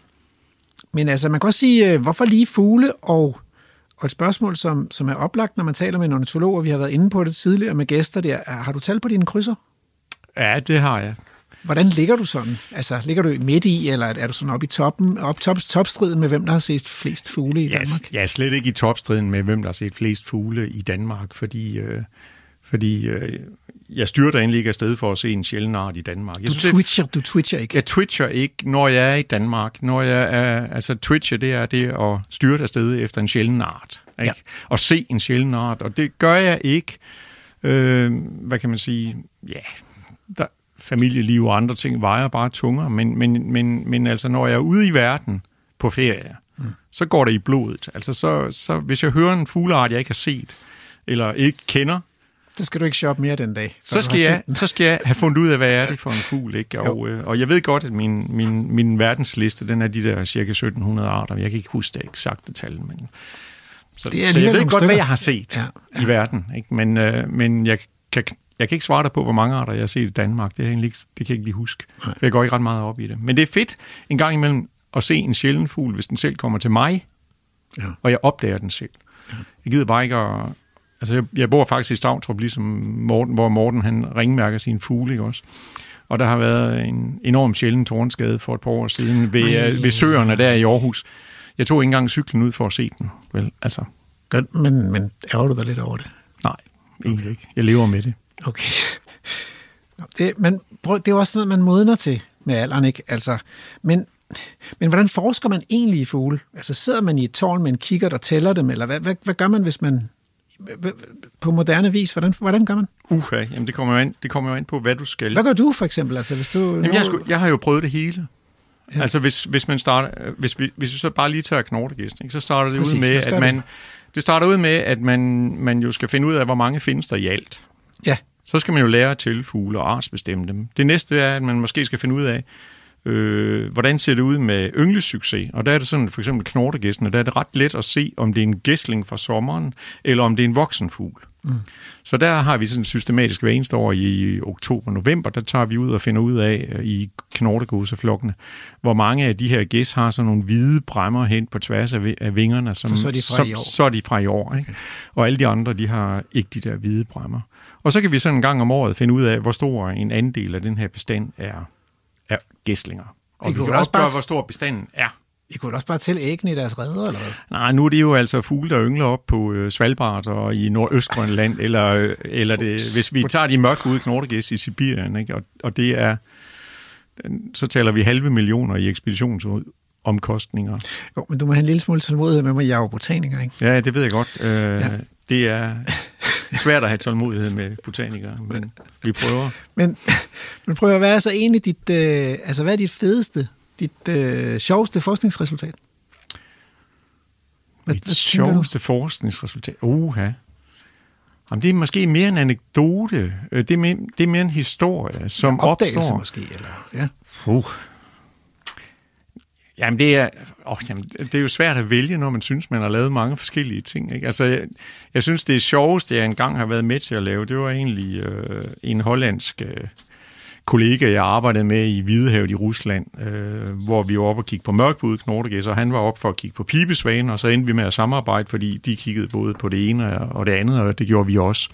men altså, man kan også sige, hvorfor lige fugle og Og et spørgsmål, som, som er oplagt, når man taler med en ornitolog, og vi har været inde på det tidligere med gæster der. Har du tal på dine krydser? Ja, det har jeg. Hvordan ligger du sådan? Altså, ligger du midt i, eller er du sådan oppe i toppen, op top, topstriden med, hvem der har set flest fugle i Danmark? Jeg, jeg er slet ikke i topstriden med, hvem der har set flest fugle i Danmark, fordi, øh, fordi øh, jeg styrter egentlig ikke afsted for at se en sjælden art i Danmark. Jeg du, synes, twitcher, du twitcher ikke? Jeg twitcher ikke, når jeg er i Danmark. Når jeg er, altså twitcher, det er det at styrte afsted efter en sjælden art. Ikke? Ja. Og se en sjælden art, og det gør jeg ikke. Øh, hvad kan man sige? Ja, der, familieliv og andre ting vejer bare tungere, men, men, men, men altså, når jeg er ude i verden på ferie, mm. så går det i blodet. Altså, så, så hvis jeg hører en fugleart, jeg ikke har set, eller ikke kender, så skal du ikke shoppe mere den dag. Så skal, jeg, så skal jeg have fundet ud af, hvad er det for en fugl, ikke? Og, øh, og jeg ved godt, at min, min, min verdensliste, den er de der cirka sytten hundrede arter. Jeg kan ikke huske det eksakte tal, men... Så, det er så jeg ved godt, stykker. Hvad jeg har set ja, ja. i verden, ikke? Men, øh, men jeg, kan, jeg kan ikke svare dig på, hvor mange arter jeg har set i Danmark. Det, er egentlig ikke, det kan jeg ikke lige huske. For jeg går ikke ret meget op i det. Men det er fedt en gang imellem at se en sjælden fugl, hvis den selv kommer til mig, ja. og jeg opdager den selv. Ja. Jeg gider bare ikke at... Altså, jeg, jeg bor faktisk i Stavtrup, ligesom Morten, hvor Morten han ringmærker sine fugle, ikke også? Og der har været en enorm sjælden tornskade for et par år siden ved, ved søerne der i Aarhus. Jeg tog ikke engang cyklen ud for at se den. Vel, altså. Godt, men, men ærger du dig lidt over det? Nej, egentlig okay. ikke. Jeg lever med det. Okay. Det, men prøv, det er jo også noget, man modner til med alderen, ikke? Altså, men, men hvordan forsker man egentlig i fugle? Altså, sidder man i et tårn med en kikkert og tæller dem, eller hvad, hvad, hvad gør man, hvis man på moderne vis? Hvordan, hvordan gør man? Uha, jamen det kommer jo ind, det kommer jo ind på, hvad du skal. Hvad gør du for eksempel? Altså, hvis du, jamen, jeg, sku, jeg har jo prøvet det hele. Ja. Altså hvis, hvis man starter, hvis vi, hvis vi så bare lige tager knoglegæstning, så starter det Præcis, ud med, at man, det. det starter ud med, at man, man jo skal finde ud af, hvor mange findes der i alt. Ja. Så skal man jo lære til fugle og artsbestemme dem. Det næste er, at man måske skal finde ud af, øh, hvordan ser det ud med ynglesucces. Og der er det sådan, for eksempel knortegæssene, der er det ret let at se, om det er en gæsling fra sommeren, eller om det er en voksenfugl. Mm. Så der har vi sådan systematisk hver eneste år i oktober-november, der tager vi ud og finder ud af i knortegåseflokkene, hvor mange af de her gæs har sådan nogle hvide bræmmer hen på tværs af vingerne, som, så er de fra i år. Så, så er de fra i år, ikke? Okay. Og alle de andre, de har ikke de der hvide bræmmer. Og så kan vi sådan en gang om året finde ud af, hvor stor en andel af den her bestand er, er gæslinger. Og I vi kan også opgøre, bare... hvor stor bestanden er. I kunne også bare tælle æggene i deres reder, eller hvad? Nej, nu er det jo altså fugle, der yngler op på øh, Svalbard og i Nordøstgrønland, eller, øh, eller det, hvis vi tager de mørkude knortegæs i Sibirien, ikke? Og, og det er, så taler vi halve millioner i ekspeditionsomkostninger. Jo, men du må have en lille smule tålmodighed med mig, jeg er jo botaniker, ikke? Ja, det ved jeg godt. Øh, ja. Det er svært at have tålmodighed med botanikere, men vi prøver. Men, men prøv, hvad er så egentlig dit, øh, altså hvad er dit fedeste, dit øh, sjoveste forskningsresultat? Hvad, Mit hvad sjoveste forskningsresultat? Uha. Jamen, det er måske mere en anekdote. Det er mere, det er mere en historie, som ja, opstår. Opdagelse måske, eller? Ja. Uh. Jamen, det er, åh, jamen, det er jo svært at vælge, når man synes, man har lavet mange forskellige ting. Ikke? Altså, jeg, jeg synes, det sjoveste, jeg engang har været med til at lave, det var egentlig øh, en hollandsk øh, kollega, jeg arbejdede med i Hvidehavet i Rusland, øh, hvor vi var oppe og kigge på mørkbuede knortegæs, og han var oppe for at kigge på pibesvaner, og så endte vi med at samarbejde, fordi de kiggede både på det ene og det andet, og det gjorde vi også.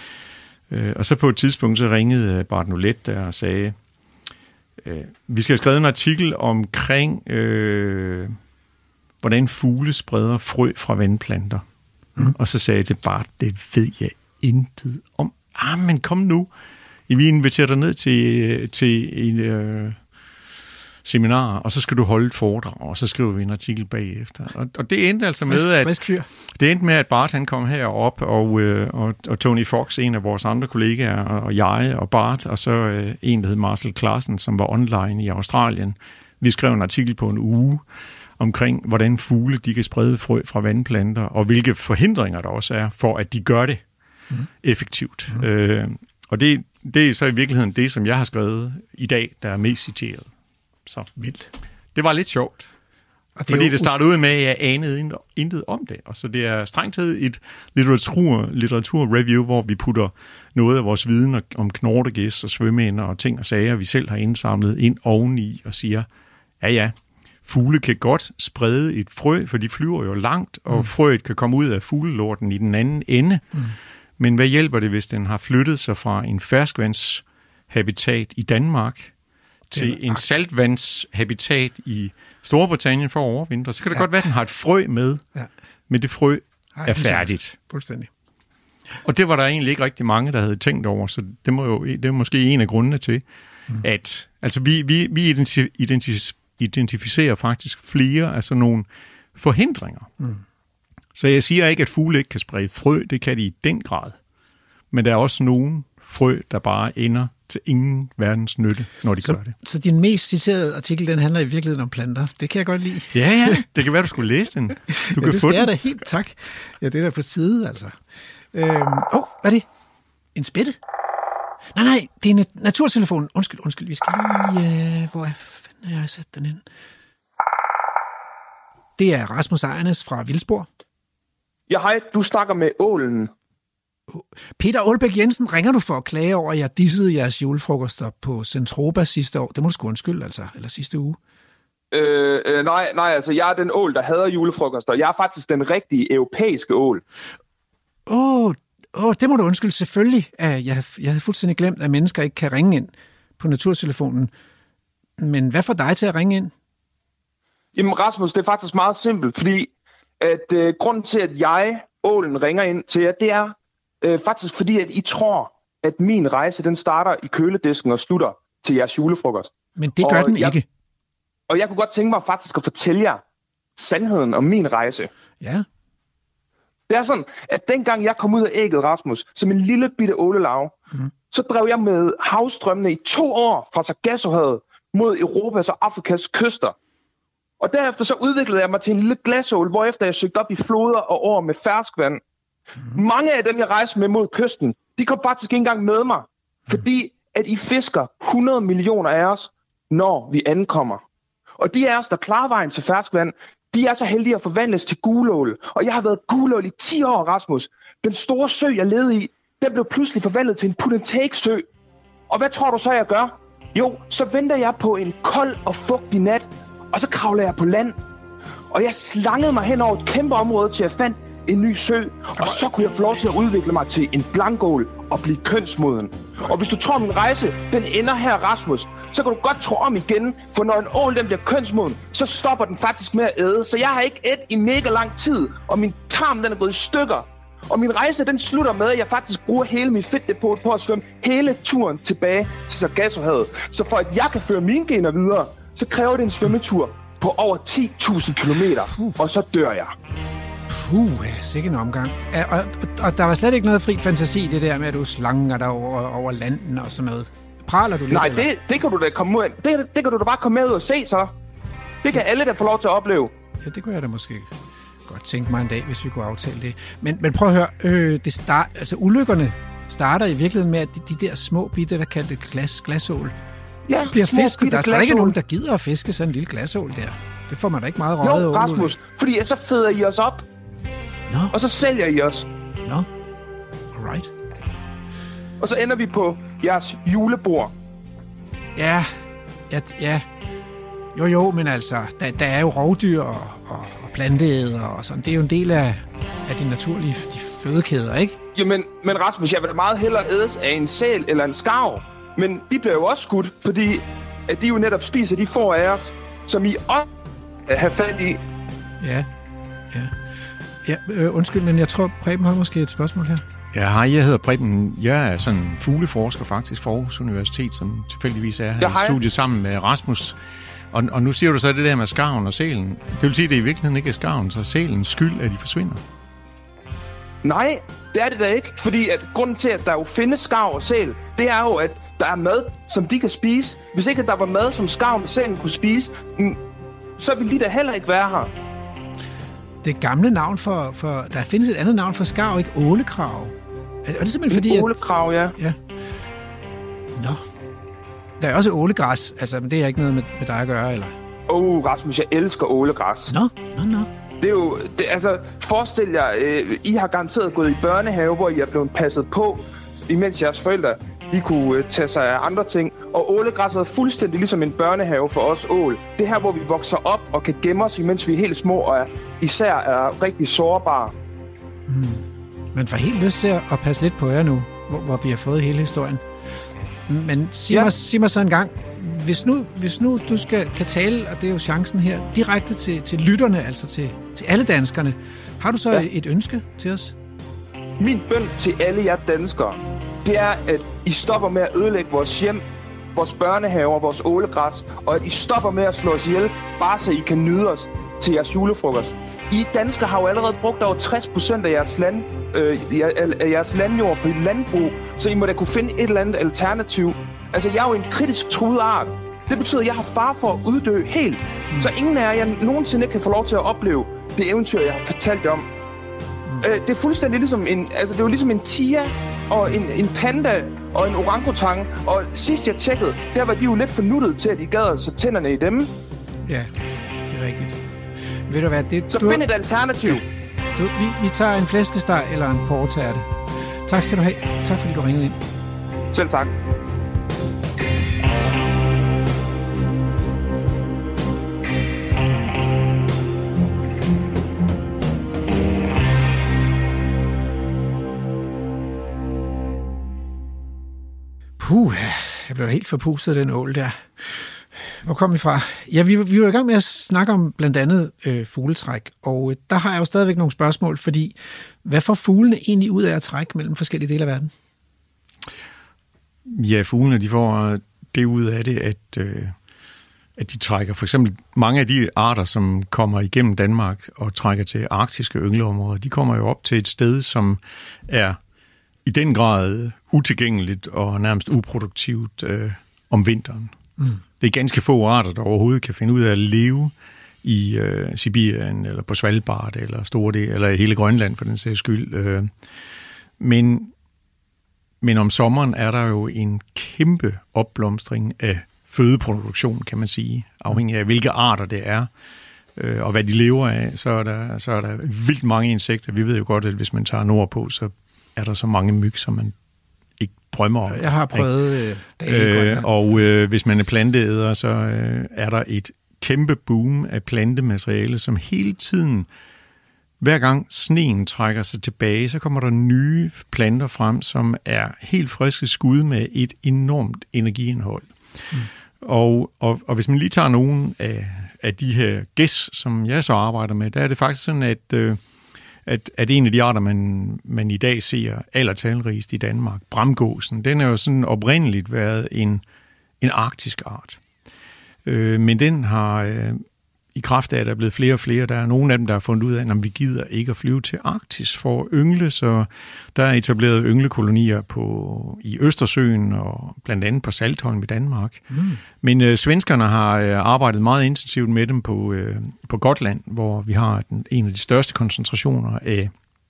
Øh, og så på et tidspunkt, så ringede Bart Nolet der og sagde, øh, vi skal have skrevet en artikel omkring, øh, hvordan fugle spreder frø fra vandplanter. Mm. Og så sagde jeg til Bart, det ved jeg intet om. Ah, men kom nu. Vi inviterer dig ned til, til en øh, seminar, og så skal du holde et foredrag, og så skriver vi en artikel bagefter. Og, og det endte altså med, at det endte med, at Bart han kom herop, og, øh, og, og Tony Fox, en af vores andre kollegaer, og jeg og Bart, og så øh, en, der hed Marcel Clausen, som var online i Australien. Vi skrev en artikel på en uge omkring, hvordan fugle de kan sprede frø fra vandplanter, og hvilke forhindringer der også er for, at de gør det mm. effektivt. Mm. Øh, og det Det er så i virkeligheden det, som jeg har skrevet i dag, der er mest citeret. Så vildt. Det var lidt sjovt. Det fordi det startede ud med, at jeg anede intet om det. Og så det er strengt taget et litteratur, litteraturreview, hvor vi putter noget af vores viden om knortegæs og svømmeænder og ting og sager, vi selv har indsamlet ind oveni og siger, ja ja, fugle kan godt sprede et frø, for de flyver jo langt, og mm. frøet kan komme ud af fuglelorten i den anden ende. Mm. Men hvad hjælper det, hvis den har flyttet sig fra en ferskvandshabitat i Danmark til en saltvandshabitat i Storbritannien for at overvintre? Så kan det ja. godt være, at den har et frø med, ja. men det frø Ej, er færdigt. Fuldstændig. Og det var der egentlig ikke rigtig mange, der havde tænkt over, så det, må jo, det er måske en af grundene til, mm. at altså, vi, vi, vi identif- identificerer faktisk flere af sådan nogle forhindringer. Mm. Så jeg siger ikke, at fugle ikke kan sprede frø, det kan de i den grad. Men der er også nogle frø, der bare ender til ingen verdens nytte, når de så, gør det. Så din mest citerede artikel, den handler i virkeligheden om planter. Det kan jeg godt lide. Ja, ja. Det kan være, du skulle læse den. Du ja, kan det få skal jeg den. da helt, tak. Ja, det er da på tide, altså. Åh, øhm, oh, hvad er det? En spætte? Nej, nej, det er en naturtelefon. Undskyld, undskyld, vi skal lige... Øh, hvor er fanden har jeg sat den ind? Det er Rasmus Ejernes fra Vildsborg. Ja, hej, du snakker med ålen. Peter Aalbæk Jensen, ringer du for at klage over, at jeg dissede jeres julefrokoster på Centropa sidste år? Det må du sgu undskylde, altså. Eller sidste uge. Øh, øh, nej, nej, altså, jeg er den ål, der hader julefrokoster. Jeg er faktisk den rigtige europæiske ål. Åh, oh, oh, det må du undskylde, selvfølgelig. Jeg, jeg havde fuldstændig glemt, at mennesker ikke kan ringe ind på naturtelefonen. Men hvad får dig til at ringe ind? Jamen, Rasmus, det er faktisk meget simpelt, fordi at øh, grunden til, at jeg, ålen, ringer ind til jer, det er øh, faktisk fordi, at I tror, at min rejse, den starter i køledisken og slutter til jeres julefrokost. Men det gør og den jeg, ikke. Og jeg kunne godt tænke mig faktisk at fortælle jer sandheden om min rejse. Ja. Det er sådan, at dengang jeg kom ud af ægget, Rasmus, som en lille bitte ålelarve, mm. så drev jeg med havstrømmene i to år fra Sargassohavet mod Europas og Afrikas kyster. Og derefter så udviklede jeg mig til en lille glasål, hvorefter jeg søgte op i floder og over med ferskvand. Mm. Mange af dem, jeg rejste med mod kysten, de kom faktisk ikke engang med mig, fordi at I fisker hundrede millioner af os, når vi ankommer. Og de af os, der klarer vejen til ferskvand, de er så heldige at forvandles til gulål. Og jeg har været gulål i ti år, Rasmus. Den store sø, jeg levede i, den blev pludselig forvandlet til en put-and-take-sø. Og hvad tror du så, jeg gør? Jo, så venter jeg på en kold og fugtig nat, og så kravler jeg på land. Og jeg slangede mig hen over et kæmpe område, til jeg fandt en ny sø. Og så kunne jeg få lov til at udvikle mig til en blankål og blive kønsmoden. Og hvis du tror, min rejse, den ender her, Rasmus, så kan du godt tro om igen, for når en ål den bliver kønsmoden, så stopper den faktisk med at æde. Så jeg har ikke ædt i mega lang tid, og min tarm den er gået i stykker. Og min rejse den slutter med, at jeg faktisk bruger hele mit fedtdepot på at svømme hele turen tilbage til Sargassohavet. Så for at jeg kan føre mine gener videre, så kræver det en svømmetur på over ti tusind kilometer, og så dør jeg. Puh, ja, sikke en omgang. Og, og, og der var slet ikke noget fri fantasi, det der med, at du slanger dig over, over landen og sådan noget. Praler du lidt? Nej, det, det kan du da komme ud af. Det, det kan du da bare komme med ud og se, så. Det kan alle da få lov til at opleve. Ja, det kunne jeg da måske godt tænke mig en dag, hvis vi kunne aftale det. Men, men prøv at høre, øh, det start, altså ulykkerne starter i virkeligheden med, at de, de der små bitte, der kaldt glas, glasål, ja, bliver fisket. Der er slet ikke nogen, der gider at fiske sådan en lille glasål der. Det får man da ikke meget røget over. Jo, Rasmus, fordi så føder I os op. Nå. Og så sælger I os. Nå, alright. Og så ender vi på jeres julebord. Ja, ja, ja. Jo, jo, men altså, der, der er jo rovdyr og, og, og planteæder og sådan. Det er jo en del af, af de naturlige de fødekæder, ikke? Jamen, men Rasmus, jeg vil da meget hellere ædes af en sæl eller en skarv. Men de bliver jo også skudt, fordi at de jo netop spiser de får af os, som I også har fat i. Ja, ja. Ja, øh, undskyld, men jeg tror, Preben har måske et spørgsmål her. Ja, hej, jeg hedder Preben. Jeg er sådan en fugleforsker faktisk fra Aarhus Universitet, som tilfældigvis er her ja, i studiet sammen med Rasmus. Og, og nu siger du så det der med skarven og sælen. Det vil sige, at det i virkeligheden ikke er skarven, så sælens skyld, at de forsvinder. Nej, det er det da ikke. Fordi at grunden til, at der jo findes skarv og sæl, det er jo, at der er mad, som de kan spise. Hvis ikke at der var mad, som skarven og sælen kunne spise, så ville de da heller ikke være her. Det gamle navn for, for... Der findes et andet navn for skarv, ikke? Ålekrav. Er det simpelthen fordi... Ålekrav, ja. Ja. Nå. Der er også ålegræs, altså, men det er ikke noget med, med dig at gøre, eller? Åh, oh, Rasmus, jeg elsker ålegræs. Nå, nå, nå. Det er jo... Det, altså, forestil jer, øh, I har garanteret gået i børnehave, hvor I er blevet passet på, imens jeres forældre, de kunne øh, tage sig af andre ting. Og ålegræsset er fuldstændig ligesom en børnehave for os ål. Det her, hvor vi vokser op og kan gemme os, imens vi er helt små, og er, især er rigtig sårbare. Hmm. Man får helt lyst til at passe lidt på jer nu, hvor, hvor vi har fået hele historien. Men sig, ja. mig, sig mig så en gang, hvis nu, hvis nu du skal, kan tale, og det er jo chancen her, direkte til, til lytterne, altså til, til alle danskerne, har du så ja. et ønske til os? Min bøn til alle jer danskere, det er, at I stopper med at ødelægge vores hjem, vores børnehaver, vores ålegræs, og at I stopper med at slå os ihjel, bare så I kan nyde os til jeres julefrokost. I danskere har jo allerede brugt over tres procent af jeres, land, øh, af jeres landjord på landbrug, så I må da kunne finde et eller andet alternativ. Altså, jeg er jo en kritisk truet art. Det betyder, at jeg har fare for at uddø helt. Mm. Så ingen af jer nogensinde kan få lov til at opleve det eventyr, jeg har fortalt jer om. Mm. Øh, det er fuldstændig ligesom en, altså, det er jo ligesom en tiger og en, en panda og en orangutang. Og sidst jeg tjekkede, der var de jo lidt fornuttet til, at I gad så tænderne i dem. Ja, det er rigtigt. Ved du hvad, det, så du, find et alternativ. Du, vi, vi tager en flæskesteg eller en portærte. Tak skal du have. Tak fordi du ringede ind. Selv tak. Puh, jeg blev helt forpustet af den ål der. Hvor kom vi fra? Ja, vi, vi var i gang med at snakke om blandt andet øh, fugletræk, og øh, der har jeg jo stadigvæk nogle spørgsmål, fordi hvad får fuglene egentlig ud af at trække mellem forskellige dele af verden? Ja, fuglene de får det ud af det, at, øh, at de trækker, for eksempel mange af de arter, som kommer igennem Danmark og trækker til arktiske yngleområder, de kommer jo op til et sted, som er i den grad utilgængeligt og nærmest uproduktivt øh, om vinteren. Mm. Det er ganske få arter, der overhovedet kan finde ud af at leve i øh, Sibirien, eller på Svalbard, eller store del, eller i hele Grønland for den sags skyld. Øh. Men, men om sommeren er der jo en kæmpe opblomstring af fødeproduktion, kan man sige, afhængig af hvilke arter det er, øh, og hvad de lever af, så er, der, så er der vildt mange insekter. Vi ved jo godt, at hvis man tager nordpå, så er der så mange myg, som man ikke drømmer om. Jeg har prøvet øh, dage øh, Og øh, hvis man er planteæder, så øh, er der et kæmpe boom af plantemateriale, som hele tiden, hver gang sneen trækker sig tilbage, så kommer der nye planter frem, som er helt friske skud med et enormt energiindhold. Mm. Og, og, og hvis man lige tager nogle af, af de her gæs, som jeg så arbejder med, der er det faktisk sådan, at, øh, at, at en af de arter, man, man i dag ser allertalrigst i Danmark, bramgåsen, den er jo sådan oprindeligt været en, en arktisk art. Øh, men den har, øh, i kraft af, at der er blevet flere og flere, der er nogle af dem, der har fundet ud af, at vi gider ikke at flyve til Arktis for at yngle, så der er etableret ynglekolonier på, i Østersøen og blandt andet på Saltholm i Danmark. Mm. Men øh, svenskerne har øh, arbejdet meget intensivt med dem på, øh, på Gotland, hvor vi har den, en af de største koncentrationer af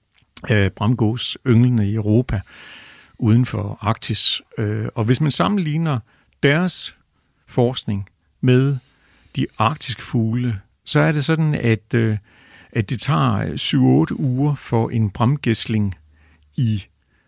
øh, bramgås ynglende i Europa uden for Arktis. Øh, og hvis man sammenligner deres forskning med de arktiske fugle, så er det sådan, at, øh, at det tager syv otte uger for en bramgæsling i,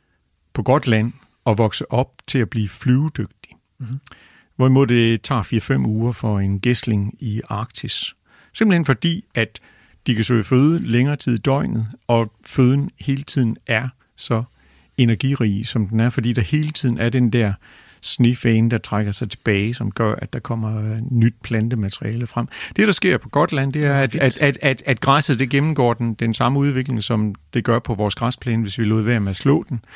på Gotland at vokse op til at blive flyvedygtig. Mm-hmm. Hvorimod det tager fire fem uger for en gæsling i Arktis. Simpelthen fordi, at de kan søge føde længere tid i døgnet, og føden hele tiden er så energirig, som den er, fordi der hele tiden er den der snefane, der trækker sig tilbage, som gør, at der kommer nyt plantemateriale frem. Det, der sker på Gotland, det er, at, at, at, at, at græsset det gennemgår den, den samme udvikling, som det gør på vores græsplæne, hvis vi lod være med at slå den.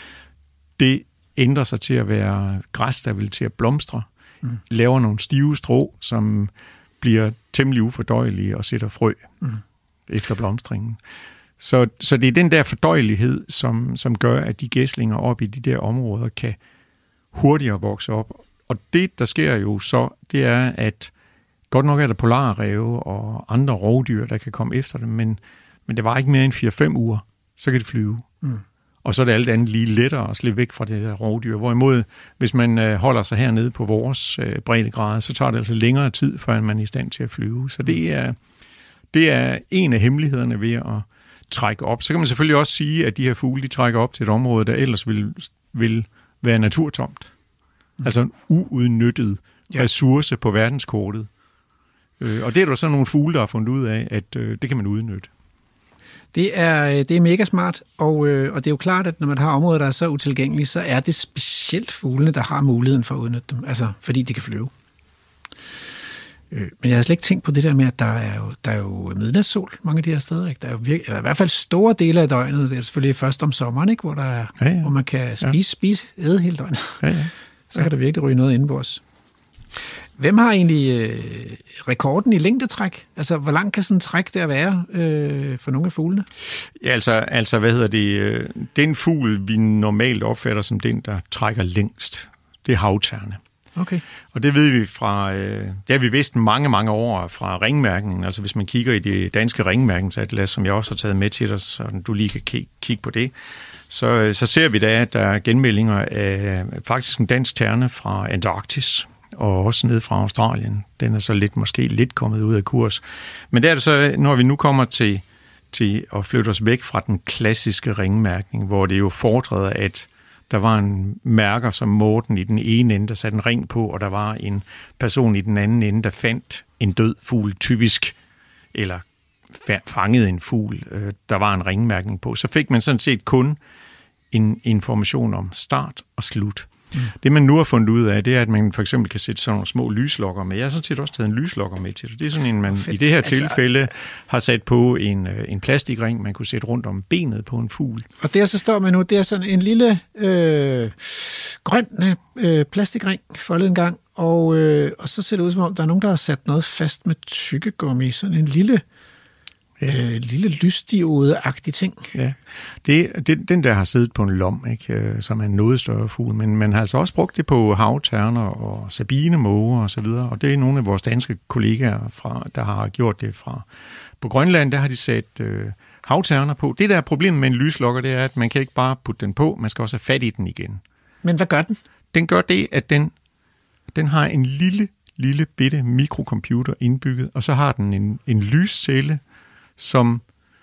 Det ændrer sig til at være græs, der vil til at blomstre, mm. laver nogle stive strå, som bliver temmelig ufordøjelige og sætter frø mm. efter blomstringen. Så, så det er den der fordøjelighed, som, som gør, at de gæslinger oppe i de der områder kan hurtigere vokse op. Og det, der sker jo så, det er, at godt nok er der polarræve og andre rovdyr, der kan komme efter dem, men, men det var ikke mere end fire fem uger, så kan det flyve. Mm. Og så er det alt andet lige lettere at slippe væk fra det der rovdyr. Hvorimod, hvis man øh, holder sig hernede på vores øh, breddegrad, så tager det altså længere tid, før man er i stand til at flyve. Så det er, det er en af hemmelighederne ved at trække op. Så kan man selvfølgelig også sige, at de her fugle, de trækker op til et område, der ellers vil, vil være naturtomt. Mm. Altså en uudnyttet ja. ressource på verdenskortet. Øh, og det er der så nogle fugle, der har fundet ud af, at øh, det kan man udnytte. Det er, det er mega smart, og, øh, og det er jo klart, at når man har områder, der er så utilgængelige, så er det specielt fuglene, der har muligheden for at udnytte dem, altså fordi de kan flyve. Øh, men jeg har slet ikke tænkt på det der med, at der er jo, der er jo midnatssol mange af de her steder. Ikke? Der er jo virkelig, eller i hvert fald store dele af døgnet. Det er selvfølgelig først om sommeren, ikke? Hvor, der er, ja, ja. hvor man kan spise, ja. spise, æde hele døgnet. Ja, ja. Så kan der virkelig ryge noget indenbords. Hvem har egentlig øh, rekorden i længdetræk? Altså, hvor langt kan sådan en træk der være øh, for nogle af fuglene? Ja, altså, altså, hvad hedder det? Den fugl, vi normalt opfatter som den, der trækker længst, det er havterne. Okay. Og det ved vi fra, øh, det har vi vidst mange, mange år fra ringmærkningen. Altså hvis man kigger i det danske ringmærkningsatlas, som jeg også har taget med til dig, så du lige kan kigge, kigge på det, så, så ser vi da, at der er genmeldinger af faktisk en dansk terne fra Antarktis, og også ned fra Australien. Den er så lidt, måske lidt kommet ud af kurs. Men der er det så, når vi nu kommer til, til at flytte os væk fra den klassiske ringmærkning, hvor det jo fordrede, at der var en mærker som Morten i den ene ende, der satte en ring på, og der var en person i den anden ende, der fandt en død fugl, typisk, eller fangede en fugl, der var en ringmærkning på. Så fik man sådan set kun en information om start og slut. Mm. Det, man nu har fundet ud af, det er, at man for eksempel kan sætte sådan nogle små lyslokker med. Jeg har sådan set også taget en lyslokker med til det. Det er sådan en, man i det her tilfælde har sat på en, en plastikring, man kunne sætte rundt om benet på en fugl. Og der så står man nu, det er sådan en lille øh, grøn øh, plastikring foldet en gang, og, øh, og så ser det ud som om, der er nogen, der har sat noget fast med tykkegummi, sådan en lille, ja. øh, lille lysdiode-agtig ting. Ja, det, det, den der har siddet på en lom, ikke, som er en noget større fugl, men man har altså også brugt det på havterner og sabinemåger og så videre, og det er nogle af vores danske kollegaer, fra, der har gjort det fra. På Grønland, der har de sat øh, havterner på. Det der er problemet med en lyslokker, det er, at man kan ikke bare putte den på, man skal også have fat i den igen. Men hvad gør den? Den gør det, at den, den har en lille, lille bitte mikrocomputer indbygget, og så har den en, en lyscelle, som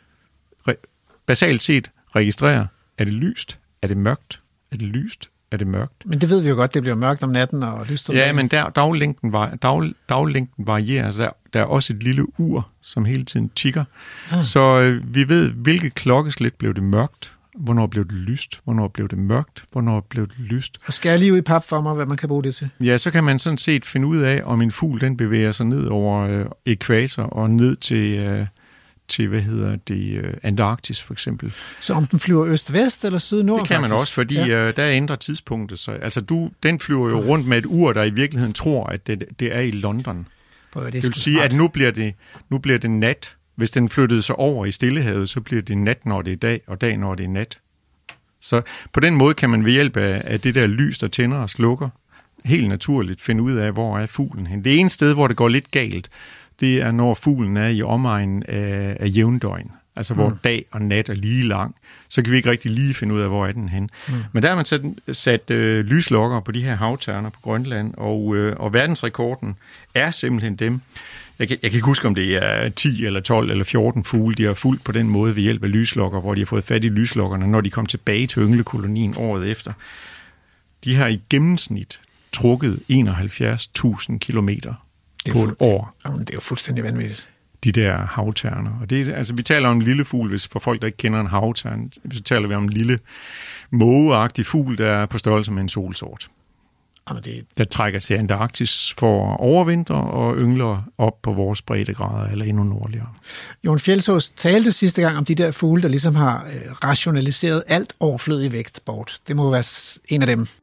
re- basalt set registrerer, er det lyst, er det mørkt, er det lyst, er det mørkt. Men det ved vi jo godt, det bliver mørkt om natten og lyst om Ja, dagen. men der, daglængden, var, dag, daglængden varierer, så der, der er også et lille ur, som hele tiden tikker. Ah. Så øh, vi ved, hvilket klokkeslæt blev det mørkt, hvornår blev det lyst, hvornår blev det mørkt, hvornår blev det lyst. Og skær lige ud i pap for mig, hvad man kan bruge det til. Ja, så kan man sådan set finde ud af, om en fugl den bevæger sig ned over øh, ækvator og ned til, øh, til, hvad hedder det, øh, Antarktis for eksempel. Så om den flyver øst-vest eller syd-nord? Det kan faktisk? man også, fordi ja. øh, der ændrer tidspunktet sig. Altså, du, den flyver jo rundt med et ur, der i virkeligheden tror, at det, det er i London. Prøv, det, det vil sige, smart. At nu bliver, det, nu bliver det nat. Hvis den flyttede sig over i Stillehavet, så bliver det nat, når det er dag, og dag, når det er nat. Så på den måde kan man ved hjælp af, af det der lys, der tænder og slukker, helt naturligt finde ud af, hvor er fuglen hen. Det ene sted, hvor det går lidt galt, det er, når fuglen er i omegnen af, af jævndøgn. Altså, hvor mm. dag og nat er lige lang. Så kan vi ikke rigtig lige finde ud af, hvor er den hen. Mm. Men der har man sat, sat øh, lyslokker på de her havterner på Grønland, og, øh, og verdensrekorden er simpelthen dem. Jeg kan, jeg kan ikke huske, om det er ti eller tolv eller fjorten fugle, de har fulgt på den måde ved hjælp af lyslokker, hvor de har fået fat i lyslokkerne, når de kom tilbage til ynglekolonien året efter. De har i gennemsnit trukket enoghalvfjerds tusind kilometer på et år. Jamen, det er jo fuldstændig vanvittigt. De der havterner. Og det er, altså, vi taler om en lille fugl, hvis for folk, der ikke kender en havtern, så taler vi om en lille mågeagtig fugl, der er på størrelse med en solsort. Jamen, det... Der trækker til Antarktis for at overvintre og yngler op på vores breddegrader eller endnu nordligere. Jon Fjelsås talte sidste gang om de der fugle, der ligesom har øh, rationaliseret alt overflødig vægt bort. Det må være en af dem.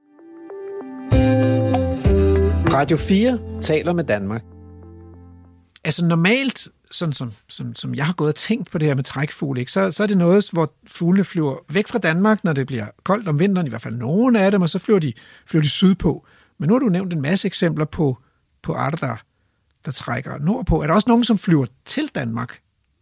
Radio fire taler med Danmark. Altså normalt, sådan som, som, som jeg har gået og tænkt på det her med trækfugle, ikke, så, så er det noget, hvor fuglene flyver væk fra Danmark, når det bliver koldt om vinteren, i hvert fald nogle af dem, og så flyver de, flyver de sydpå. Men nu har du nævnt en masse eksempler på, på arter, der, der trækker nordpå. Er der også nogen, som flyver til Danmark?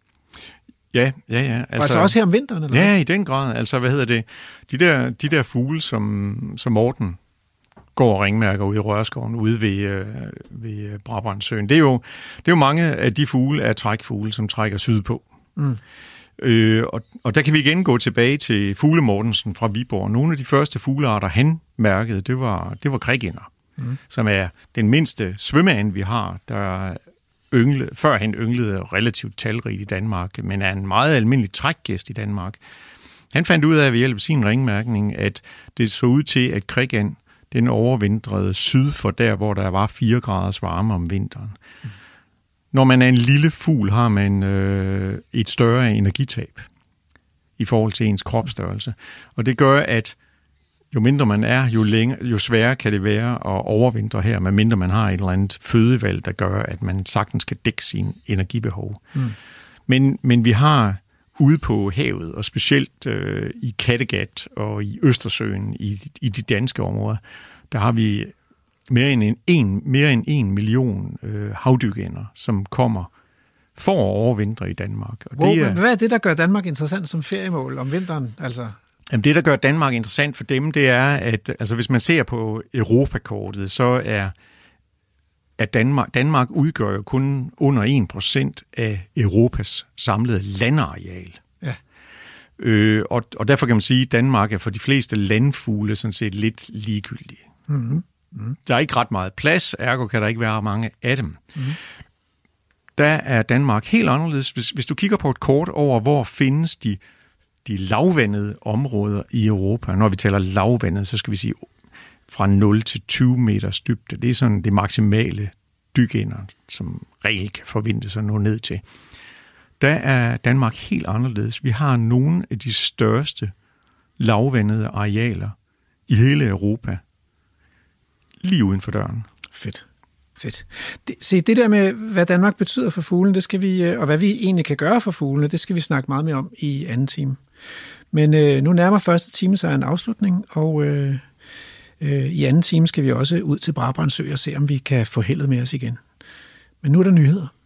Ja, ja, ja. Altså, altså også her om vinteren? Eller ja, i den grad. Altså, hvad hedder det? De der, de der fugle, som, som Morten går og ringmærker ude i Rørskoven, ude ved, øh, ved Brabrandsøen. Det er, jo, det er jo mange af de fugle af trækfugle, som trækker sydpå. Mm. Øh, og, og der kan vi igen gå tilbage til Fugle Mortensen fra Viborg. Nogle af de første fuglearter, han mærkede, det var, det var krikænder, mm. som er den mindste svømmeand, vi har, der yngle, førhen ynglede relativt talrigt i Danmark, men er en meget almindelig trækgæst i Danmark. Han fandt ud af ved hjælp af sin ringmærkning, at det så ud til, at krikand den overvintrede syd for der, hvor der var fire graders varme om vinteren. Mm. Når man er en lille fugl, har man øh, et større energitab i forhold til ens kropsstørrelse. Og det gør, at jo mindre man er, jo, længere, jo sværere kan det være at overvintre her, medmindre man har et eller andet fødevalg, der gør, at man sagtens kan dække sin energibehov. Mm. Men, men vi har ude på havet, og specielt øh, i Kattegat og i Østersøen, i, i de danske områder, der har vi mere end en, en, mere end en million øh, havdykænder, som kommer for at overvintre i Danmark. Og wow, det er, hvad er det, der gør Danmark interessant som feriemål om vinteren? Altså? Jamen det, der gør Danmark interessant for dem, det er, at altså, hvis man ser på Europakortet, så er at Danmark, Danmark udgør jo kun under en procent af Europas samlede landareal. Ja. Øh, og, og derfor kan man sige, at Danmark er for de fleste landfugle sådan set lidt ligegyldige. Mm-hmm. Mm-hmm. Der er ikke ret meget plads, ergo kan der ikke være mange af dem. Mm-hmm. Der er Danmark helt anderledes. Hvis, hvis du kigger på et kort over, hvor findes de, de lavvandede områder i Europa. Når vi taler lavvandet, så skal vi sige fra nul til tyve meters dybde. Det er sådan det maksimale dykænder, som regel kan forventes at nå ned til. Der er Danmark helt anderledes. Vi har nogle af de største lavvandede arealer i hele Europa lige uden for døren. Fedt. Fedt. Det, se, det der med, hvad Danmark betyder for fuglen, det skal vi, og hvad vi egentlig kan gøre for fuglene, det skal vi snakke meget mere om i anden time. Men øh, nu nærmer første time sig en afslutning, og øh, øh, i anden time skal vi også ud til Brabrand Sø og se, om vi kan få heldet med os igen. Men nu er der nyheder.